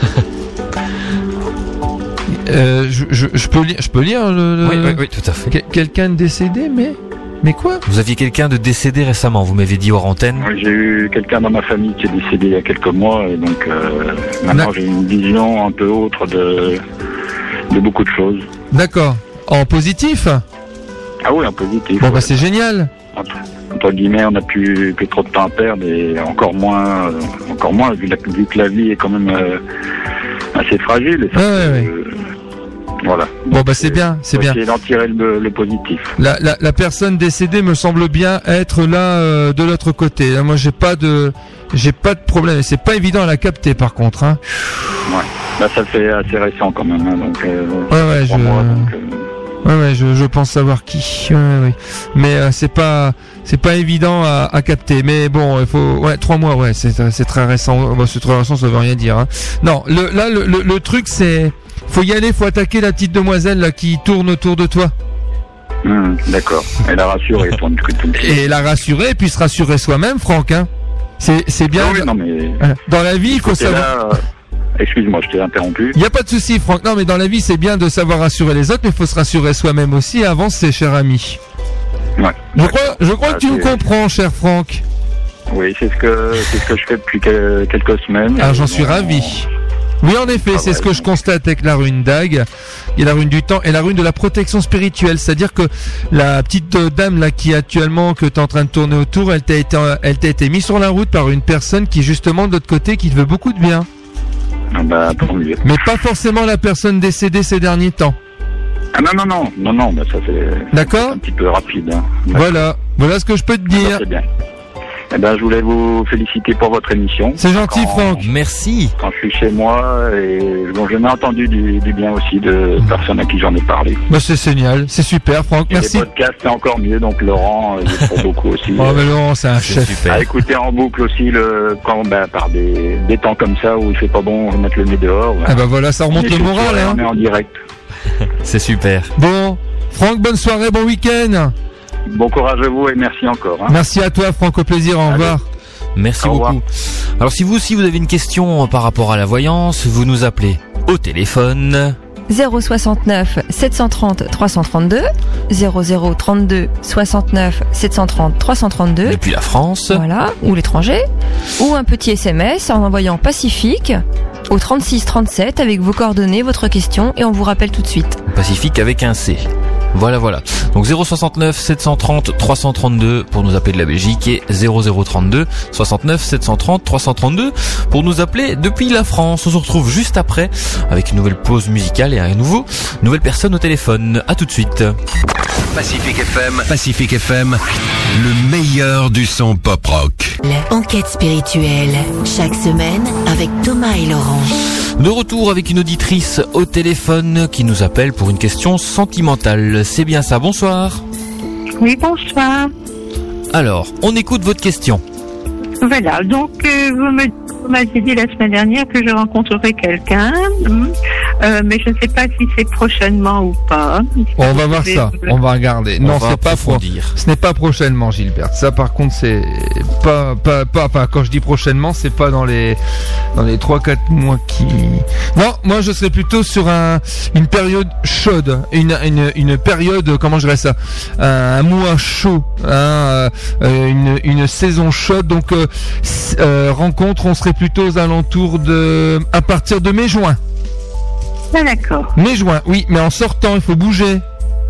Euh, je, je, je peux lire, je peux lire le. le- Oui, oui, oui, tout à fait. Que- quelqu'un de décédé, mais mais quoi? Vous aviez quelqu'un de décédé récemment, vous m'avez dit hors antenne. Moi, j'ai eu quelqu'un dans ma famille qui est décédé il y a quelques mois et donc euh, maintenant D'ac- j'ai une vision un peu autre de de beaucoup de choses. D'accord. En positif? Ah oui, en positif. Bon ouais. bah c'est génial. entre, entre guillemets, on n'a plus, plus trop de temps à perdre et encore moins, euh, encore moins vu, la, vu que la vie est quand même euh, assez fragile. Et ça, Ouais, ouais, ouais. euh, voilà. Bon Donc, bah c'est bien, c'est faut bien. essayer d'en tirer le, le positif. La, la, la personne décédée me semble bien être là euh, de l'autre côté. Là, moi j'ai pas de j'ai pas de problème. C'est pas évident à la capter par contre. Hein. Ouais. Là, ça fait assez récent quand même. Hein, donc, euh, Ouais ouais. trois Je... mois, donc, euh, Ouais, ouais, je, je pense savoir qui. Ouais, ouais. Mais euh, c'est pas, c'est pas évident à, à capter. Mais bon, il faut, ouais, trois mois, ouais, c'est, c'est très récent. Bon, c'est très récent, ça veut rien dire. Hein. Non, le, là, le, le, le truc, c'est, faut y aller, faut attaquer la petite demoiselle là qui tourne autour de toi. Mmh, d'accord. Elle a rassuré ton truc. Et la rassurer, et puis se rassurer soi-même, Franck. Hein. C'est, c'est bien. Oui, non, mais dans la vie, il faut savoir. Là, euh... Excuse-moi, je t'ai interrompu. Il n'y a pas de souci, Franck. Non, mais dans la vie, c'est bien de savoir rassurer les autres, mais il faut se rassurer soi-même aussi et avancer, cher ami. Ouais. Je crois, je crois ah, que tu c'est... me comprends, cher Franck. Oui, c'est ce que, c'est ce que je fais depuis quelques semaines. Ah, j'en suis ravi. Oui, en effet, ah, c'est ouais, ce que je constate avec la rune d'Ag. Il y a la rune du temps et la rune de la protection spirituelle. C'est-à-dire que la petite dame là qui actuellement que tu es en train de tourner autour, elle t'a été, elle t'a été mise sur la route par une personne qui justement de l'autre côté qui te veut beaucoup de bien. Ah bah, tant mieux. Mais pas forcément la personne décédée ces derniers temps. Ah non, non, non, non, non, bah ça c'est D'accord. un petit peu rapide. Hein. Voilà, voilà ce que je peux te dire. Ah, c'est bien. Eh ben, je voulais vous féliciter pour votre émission. C'est gentil, quand, Franck. Merci. Quand je suis chez moi, et bon, j'en ai entendu du, du bien aussi de personnes à qui j'en ai parlé. Bah, c'est génial, c'est super, Franck. Et merci. Les podcasts, c'est encore mieux, donc Laurent, il fait beaucoup aussi. Oh, mais Laurent, c'est un chef. Super. À écouter en boucle aussi, le, quand, ben, par des, des temps comme ça où il fait pas bon mettre le nez dehors. Ben, ah bah voilà, ça remonte le moral, hein. On est en direct. C'est super. Bon, Franck, bonne soirée, bon week-end. Bon courage à vous et merci encore. Hein. Merci à toi, Franck, au plaisir, au revoir. Merci beaucoup. Alors si vous aussi vous avez une question par rapport à la voyance, vous nous appelez au téléphone zéro soixante-neuf sept cent trente trois cent trente-deux zéro zéro trente-deux soixante-neuf sept cent trente trois cent trente-deux depuis la France, voilà, ou l'étranger, ou un petit S M S en envoyant Pacifique au trente-six trente-sept avec vos coordonnées, votre question et on vous rappelle tout de suite. Pacifique avec un C. Voilà, voilà. Donc zéro soixante-neuf sept cent trente trois cent trente-deux pour nous appeler de la Belgique et zéro zéro trente-deux soixante-neuf sept cent trente trois cent trente-deux pour nous appeler depuis la France. On se retrouve juste après avec une nouvelle pause musicale et à nouveau nouvelle personne au téléphone. À tout de suite. Pacifique F M, Pacifique F M, le meilleur du son pop rock. Enquête spirituelle, chaque semaine avec Thomas et Laurent. De retour avec une auditrice au téléphone qui nous appelle pour une question sentimentale. C'est bien ça, bonsoir. Oui, bonsoir. Alors, on écoute votre question. Voilà, donc euh, vous me vous m'avez dit la semaine dernière que je rencontrerai quelqu'un, euh, mais je ne sais pas si c'est prochainement ou pas. On va voir ça, on va regarder. On non, va c'est pas pro- ce n'est pas prochainement, Gilbert. Ça, par contre, c'est pas, pas, pas, pas. Quand je dis prochainement, c'est pas dans les, dans les trois, quatre mois qui. Non, moi, je serais plutôt sur un, une période chaude, une, une, une période, comment je dirais ça, un, un mois chaud, hein, euh, une, une saison chaude. Donc, euh, euh, rencontre, on serait plutôt aux alentours de, à partir de mai-juin. Ah, d'accord. Mai-juin, oui, mais en sortant, il faut bouger.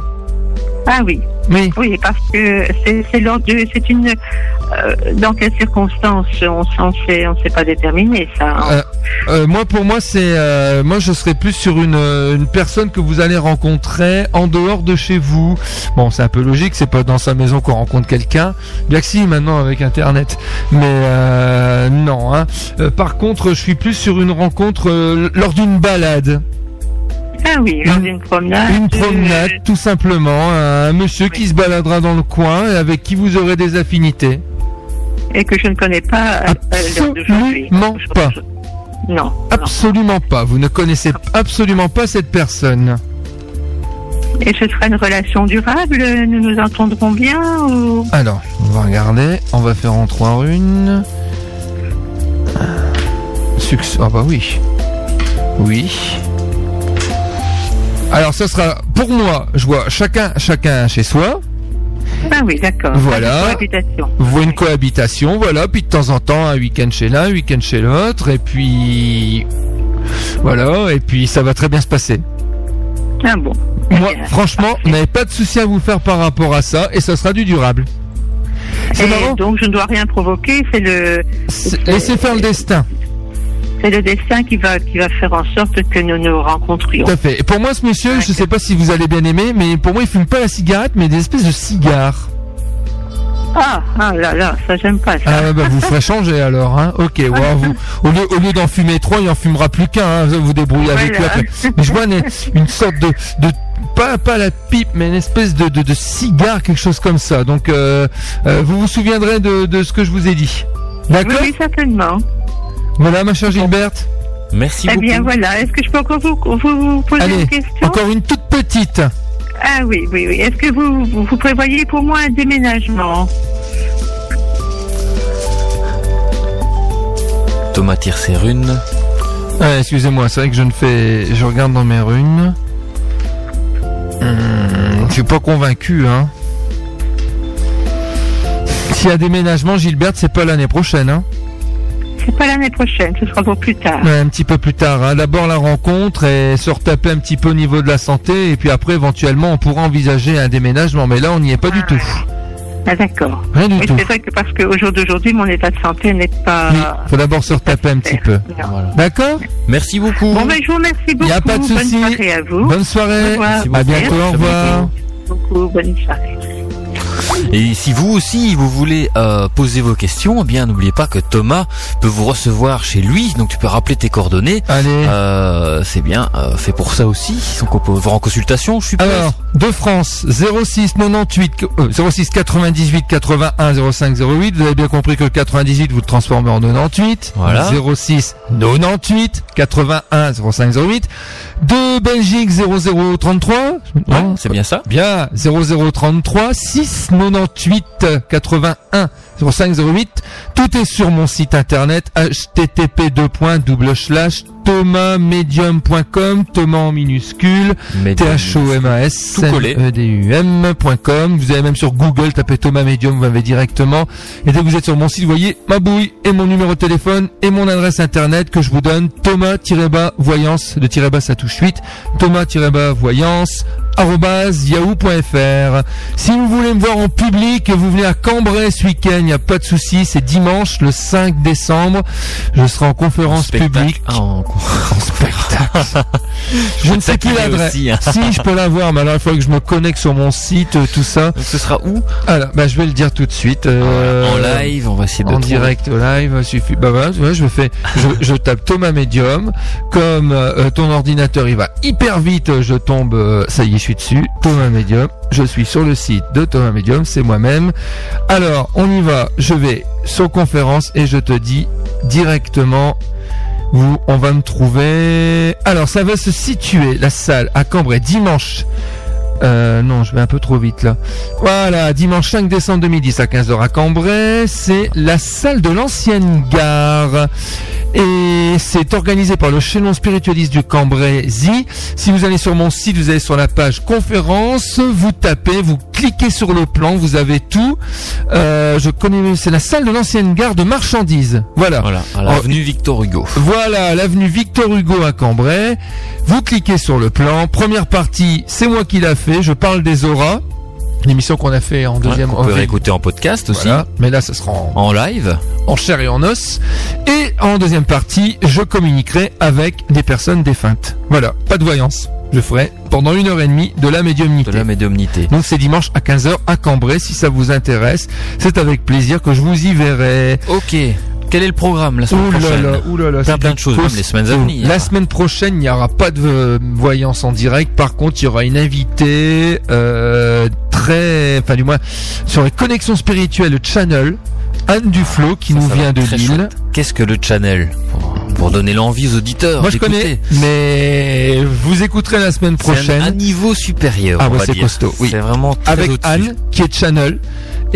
Ah oui. Oui. Oui, parce que c'est, c'est lors de, c'est une, euh, dans quelles circonstances on s'en sait, on ne sait pas déterminer ça. Hein. Euh, euh, moi, pour moi, c'est, euh, moi, je serais plus sur une, une personne que vous allez rencontrer en dehors de chez vous. Bon, c'est un peu logique, c'est pas dans sa maison qu'on rencontre quelqu'un. Bien que si, maintenant avec Internet. Mais euh, non. Hein. Euh, par contre, je suis plus sur une rencontre euh, lors d'une balade. Ah oui, lors d'une promenade. Une promenade, euh... tout simplement. Un monsieur oui. qui se baladera dans le coin et avec qui vous aurez des affinités. Et que je ne connais pas à l'heure d'aujourd'hui. Absolument pas. Non. Absolument non. pas. Vous ne connaissez absolument pas cette personne. Et ce sera une relation durable? Nous nous entendrons bien ou... Alors, on va regarder. On va faire en trois runes. Succès. Ah bah oui. Oui. Alors, ce sera, pour moi, je vois chacun, chacun chez soi. Ah oui, d'accord. Voilà. Une cohabitation. Vous une cohabitation, voilà. Puis de temps en temps, un week-end chez l'un, un week-end chez l'autre. Et puis, voilà. Et puis, ça va très bien se passer. Ah bon. Moi, franchement, vous n'avez pas de souci à vous faire par rapport à ça. Et ça sera du durable. C'est et marrant. Donc, je ne dois rien provoquer. C'est le... C'est... Laissez faire le destin. C'est le destin qui va qui va faire en sorte que nous nous rencontrions. Tout à fait. Et pour moi, ce monsieur, okay. je ne sais pas si vous allez bien aimer, mais pour moi, il fume pas la cigarette, mais des espèces de cigares. Ah, ah là là, ça j'aime pas ça. Ah bah vous ferez changer alors, hein. Ok, ouais, vous, au lieu au lieu d'en fumer trois, il en fumera plus qu'un. Hein, vous vous débrouillez voilà. avec lui après. Mais je vois une, une sorte de de pas pas la pipe, mais une espèce de de, de cigare, quelque chose comme ça. Donc euh, euh, vous vous souviendrez de de ce que je vous ai dit. D'accord. Oui, oui, certainement. Voilà, ma chère Gilberte. Merci eh beaucoup. Eh bien, voilà. Est-ce que je peux encore vous, vous, vous poser Allez, une question? Encore une toute petite. Ah oui, oui, oui. Est-ce que vous, vous, vous prévoyez pour moi un déménagement? Thomas tire ses runes. Ah, excusez-moi, c'est vrai que je ne fais... Je regarde dans mes runes. Hum, je suis pas convaincu, hein. S'il y a déménagement, Gilberte, c'est pas l'année prochaine, hein. C'est pas l'année prochaine, ce sera pour plus tard. Ouais, un petit peu plus tard, hein. D'abord la rencontre et se retaper un petit peu au niveau de la santé, et puis après, éventuellement, on pourra envisager un déménagement, mais là, on n'y est pas ah, du tout. Ah, d'accord. Rien du oui, tout. C'est vrai que parce qu'au jour d'aujourd'hui, mon état de santé n'est pas... Oui, faut d'abord se retaper un petit peu. Voilà. D'accord? Merci beaucoup. Bon, ben, je vous remercie beaucoup. Il n'y a pas de souci. Bonne soirée à vous. Bonne soirée. À bientôt, au revoir. Merci beaucoup. Bonne soirée. Et si vous aussi vous voulez euh, poser vos questions, eh bien n'oubliez pas que Thomas peut vous recevoir chez lui, donc tu peux rappeler tes coordonnées. Allez. Euh, c'est bien euh, fait pour ça aussi. Donc on peut voir en consultation, je suppose. Alors, de France, zéro six quatre-vingt-dix-huit euh, zéro six quatre-vingt-dix-huit quatre-vingt-un zéro cinq zéro huit. Vous avez bien compris que le quatre-vingt-dix-huit vous le transformez en quatre-vingt-dix-huit. Voilà. zéro six quatre-vingt-dix-huit quatre-vingt-un zéro cinq zéro huit. De Belgique zéro zéro trente-trois. Ouais, c'est bien ça. Bien, zéro zéro trente-trois six quatre-vingt-dix-huit quatre-vingt-un zéro cinq zéro huit. Tout est sur mon site internet h t t p deux points double slash thomas medium point com, Thomas en minuscule, T H O M A S M E D U M point com. Vous avez même sur Google, tapez Thomas Medium, vous m'avez directement. Et dès que vous êtes sur mon site, vous voyez ma bouille et mon numéro de téléphone et mon adresse internet que je vous donne, Thomas-voyance, de tiret bas ça touche huit, Thomas-voyance, arobase yahoo point f r. Si vous voulez me voir en public, vous venez à Cambrai ce week-end, il n'y a pas de souci, c'est dimanche, le cinq décembre. Je serai en conférence en publique. Ah, en... en spectacle. Je ne sais plus l'adresse. Hein. Si, je peux la voir, mais alors il faut que je me connecte sur mon site, tout ça. Donc ce sera où? Alors, bah, je vais le dire tout de suite. Euh, en live, on va essayer de En trouver. direct, au live, suffit. Bah voilà, ouais, je fais, je, je tape Thomas Medium. Comme euh, ton ordinateur, il va hyper vite, je tombe, euh, ça y est, je suis dessus. Thomas Medium. Je suis sur le site de Thomas Medium, c'est moi-même. Alors, on y va. Je vais sur conférence et je te dis directement où on va me trouver. Alors, ça va se situer, la salle, à Cambrai, dimanche. Euh, non, je vais un peu trop vite là. Voilà, dimanche cinq décembre deux mille dix à quinze heures à Cambrai, c'est la salle de l'ancienne gare. Et c'est organisé par le chaînon spiritualiste du Cambrai-Zi. Si vous allez sur mon site, vous allez sur la page conférence, vous tapez, vous cliquez sur le plan, vous avez tout. Euh, je connais, c'est la salle de l'ancienne gare de marchandises. Voilà. Voilà, à l'avenue Victor Hugo. Voilà, l'avenue Victor Hugo à Cambrai. Vous cliquez sur le plan. Première partie, c'est moi qui l'a fait. Je parle des auras. L'émission qu'on a fait en deuxième. Ouais, on peut réécouter en podcast aussi. Voilà. Mais là, ça sera en, en live, en chair et en os. Et en deuxième partie, je communiquerai avec des personnes défuntes. Voilà, pas de voyance. Je ferai pendant une heure et demie de la médiumnité. De la médiumnité. Donc c'est dimanche à quinze heures à Cambrai. Si ça vous intéresse, c'est avec plaisir que je vous y verrai. Ok. Quel est le programme la semaine ouh là prochaine? Là, ouh là là, plein, plein de choses, même les semaines à venir. La semaine prochaine, il n'y aura pas de voyance en direct. Par contre, il y aura une invitée euh, très, enfin du moins sur les connexions spirituelles, le channel, Anne Duflo qui ça, nous ça vient de Lille. Qu'est-ce que le channel? pour, pour donner l'envie aux auditeurs. Moi je connais, mais vous écouterez la semaine prochaine. C'est un niveau supérieur. Ah on ouais, va c'est dire. costaud. Oui. C'est vraiment très avec au-dessus. Anne qui est channel. Et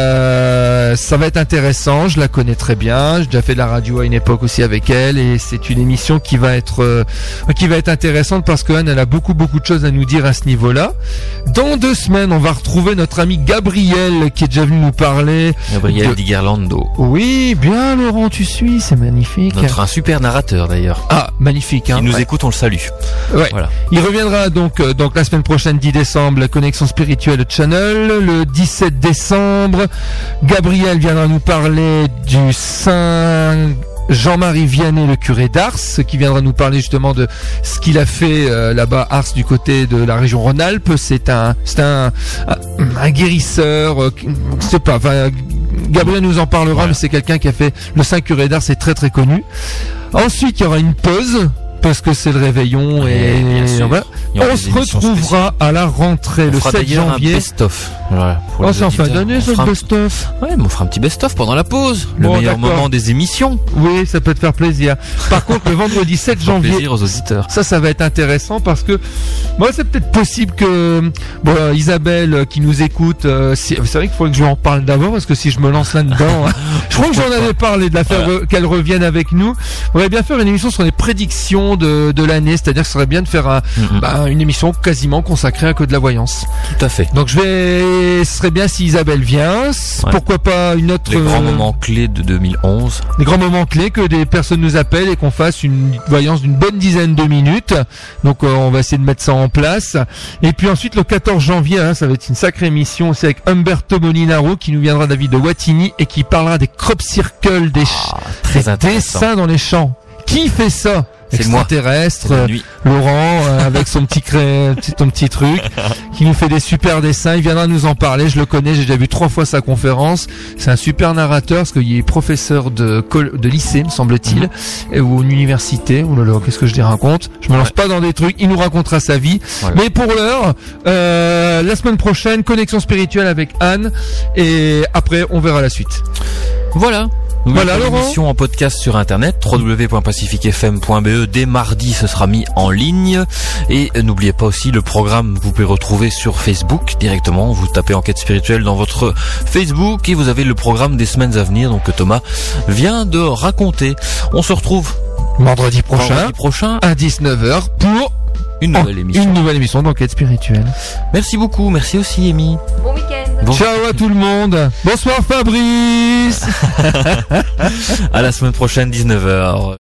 euh, ça va être intéressant, je la connais très bien, j'ai déjà fait de la radio à une époque aussi avec elle, et c'est une émission qui va être euh, qui va être intéressante parce que Anne elle a beaucoup beaucoup de choses à nous dire à ce niveau-là. Dans deux semaines, on va retrouver notre ami Gabriel qui est déjà venu nous parler. Gabriel de... Di Gerlando. Oui, bien Laurent, tu suis, c'est magnifique. Notre un super narrateur d'ailleurs. Ah, magnifique. Hein, il nous ouais. écoute, on le salue. Ouais. Voilà. Il reviendra donc euh, donc la semaine prochaine, dix décembre, la connexion spirituelle channel. Le dix-sept décembre, Gabriel viendra nous parler du Saint Jean-Marie Vianney, le curé d'Ars, qui viendra nous parler justement de ce qu'il a fait euh, là-bas, Ars, du côté de la région Rhône-Alpes. C'est un, c'est un, un, un guérisseur. Euh, je sais pas. Enfin, Gabriel nous en parlera, voilà. Mais c'est quelqu'un qui a fait le Saint curé d'Ars, c'est très très connu. Ensuite, il y aura une pause. parce que c'est le réveillon et, bien sûr. voilà. Il y aura On des se émissions retrouvera à la rentrée On le fera sept d'ailleurs janvier. un best-of. Voilà, pour Oh, les c'est en fin auditeurs. d'année, On ça, fera le un- best-of. Ouais, mais on fera un petit best-of pendant la pause. Le Bon, meilleur d'accord. moment des émissions. Oui, ça peut te faire plaisir. Par contre, le vendredi sept Pour janvier, plaisir aux auditeurs. ça, ça va être intéressant parce que, bon, c'est peut-être possible que, bon, euh, Isabelle euh, qui nous écoute, euh, si- c'est vrai qu'il faudrait que je lui en parle d'abord parce que si je me lance là-dedans, hein, je crois que j'en avais parlé de la faire Voilà. re- qu'elle revienne avec nous. On va bien faire une émission sur les prédictions de, de l'année, c'est-à-dire que ce serait bien de faire un, Mhm. bah, une émission quasiment consacrée à que de la voyance. Tout à fait. Donc je vais, ce serait bien si Isabelle vient. Ouais. Pourquoi pas une autre, Les grands euh, moments clés de deux mille onze. des grands moments clés, que des personnes nous appellent et qu'on fasse une voyance d'une bonne dizaine de minutes. Donc euh, on va essayer de mettre ça en place. Et puis ensuite le quatorze janvier, hein, ça va être une sacrée émission, c'est avec Umberto Molinaro qui nous viendra de la ville de Wattignies et qui parlera des crop circles, des, ch- Ah, très des intéressant. dessins dans les champs. Qui fait ça? C'est moi. Extraterrestre, C'est la euh, nuit. Laurent euh, avec son petit cré... petit- ton petit truc, qui nous fait des super dessins. Il viendra nous en parler. Je le connais, j'ai déjà vu trois fois sa conférence. C'est un super narrateur parce qu'il est professeur de col- de lycée, me semble-t-il, et- ou une université. Oh là là, qu'est-ce que je dis raconte Je me lance pas dans des trucs. Il nous racontera sa vie. Voilà. Mais pour l'heure, euh, la semaine prochaine, connexion spirituelle avec Anne, et après on verra la suite. Voilà. Nous Voilà, mettons Laurent. l'émission en podcast sur internet w w w point pacifique f m point b e. Dès mardi, ce sera mis en ligne. Et euh, n'oubliez pas aussi le programme, vous pouvez retrouver sur Facebook directement. Vous tapez Enquête spirituelle dans votre Facebook et vous avez le programme des semaines à venir, donc que Thomas vient de raconter. On se retrouve Vendredi prochain, vendredi prochain à dix-neuf heures pour une nouvelle émission. une nouvelle émission d'enquête spirituelle. Merci beaucoup, merci aussi Amy. Bon week-end. Bon, Ciao à tout le monde. Bonsoir Fabrice. à la semaine prochaine, dix-neuf heures.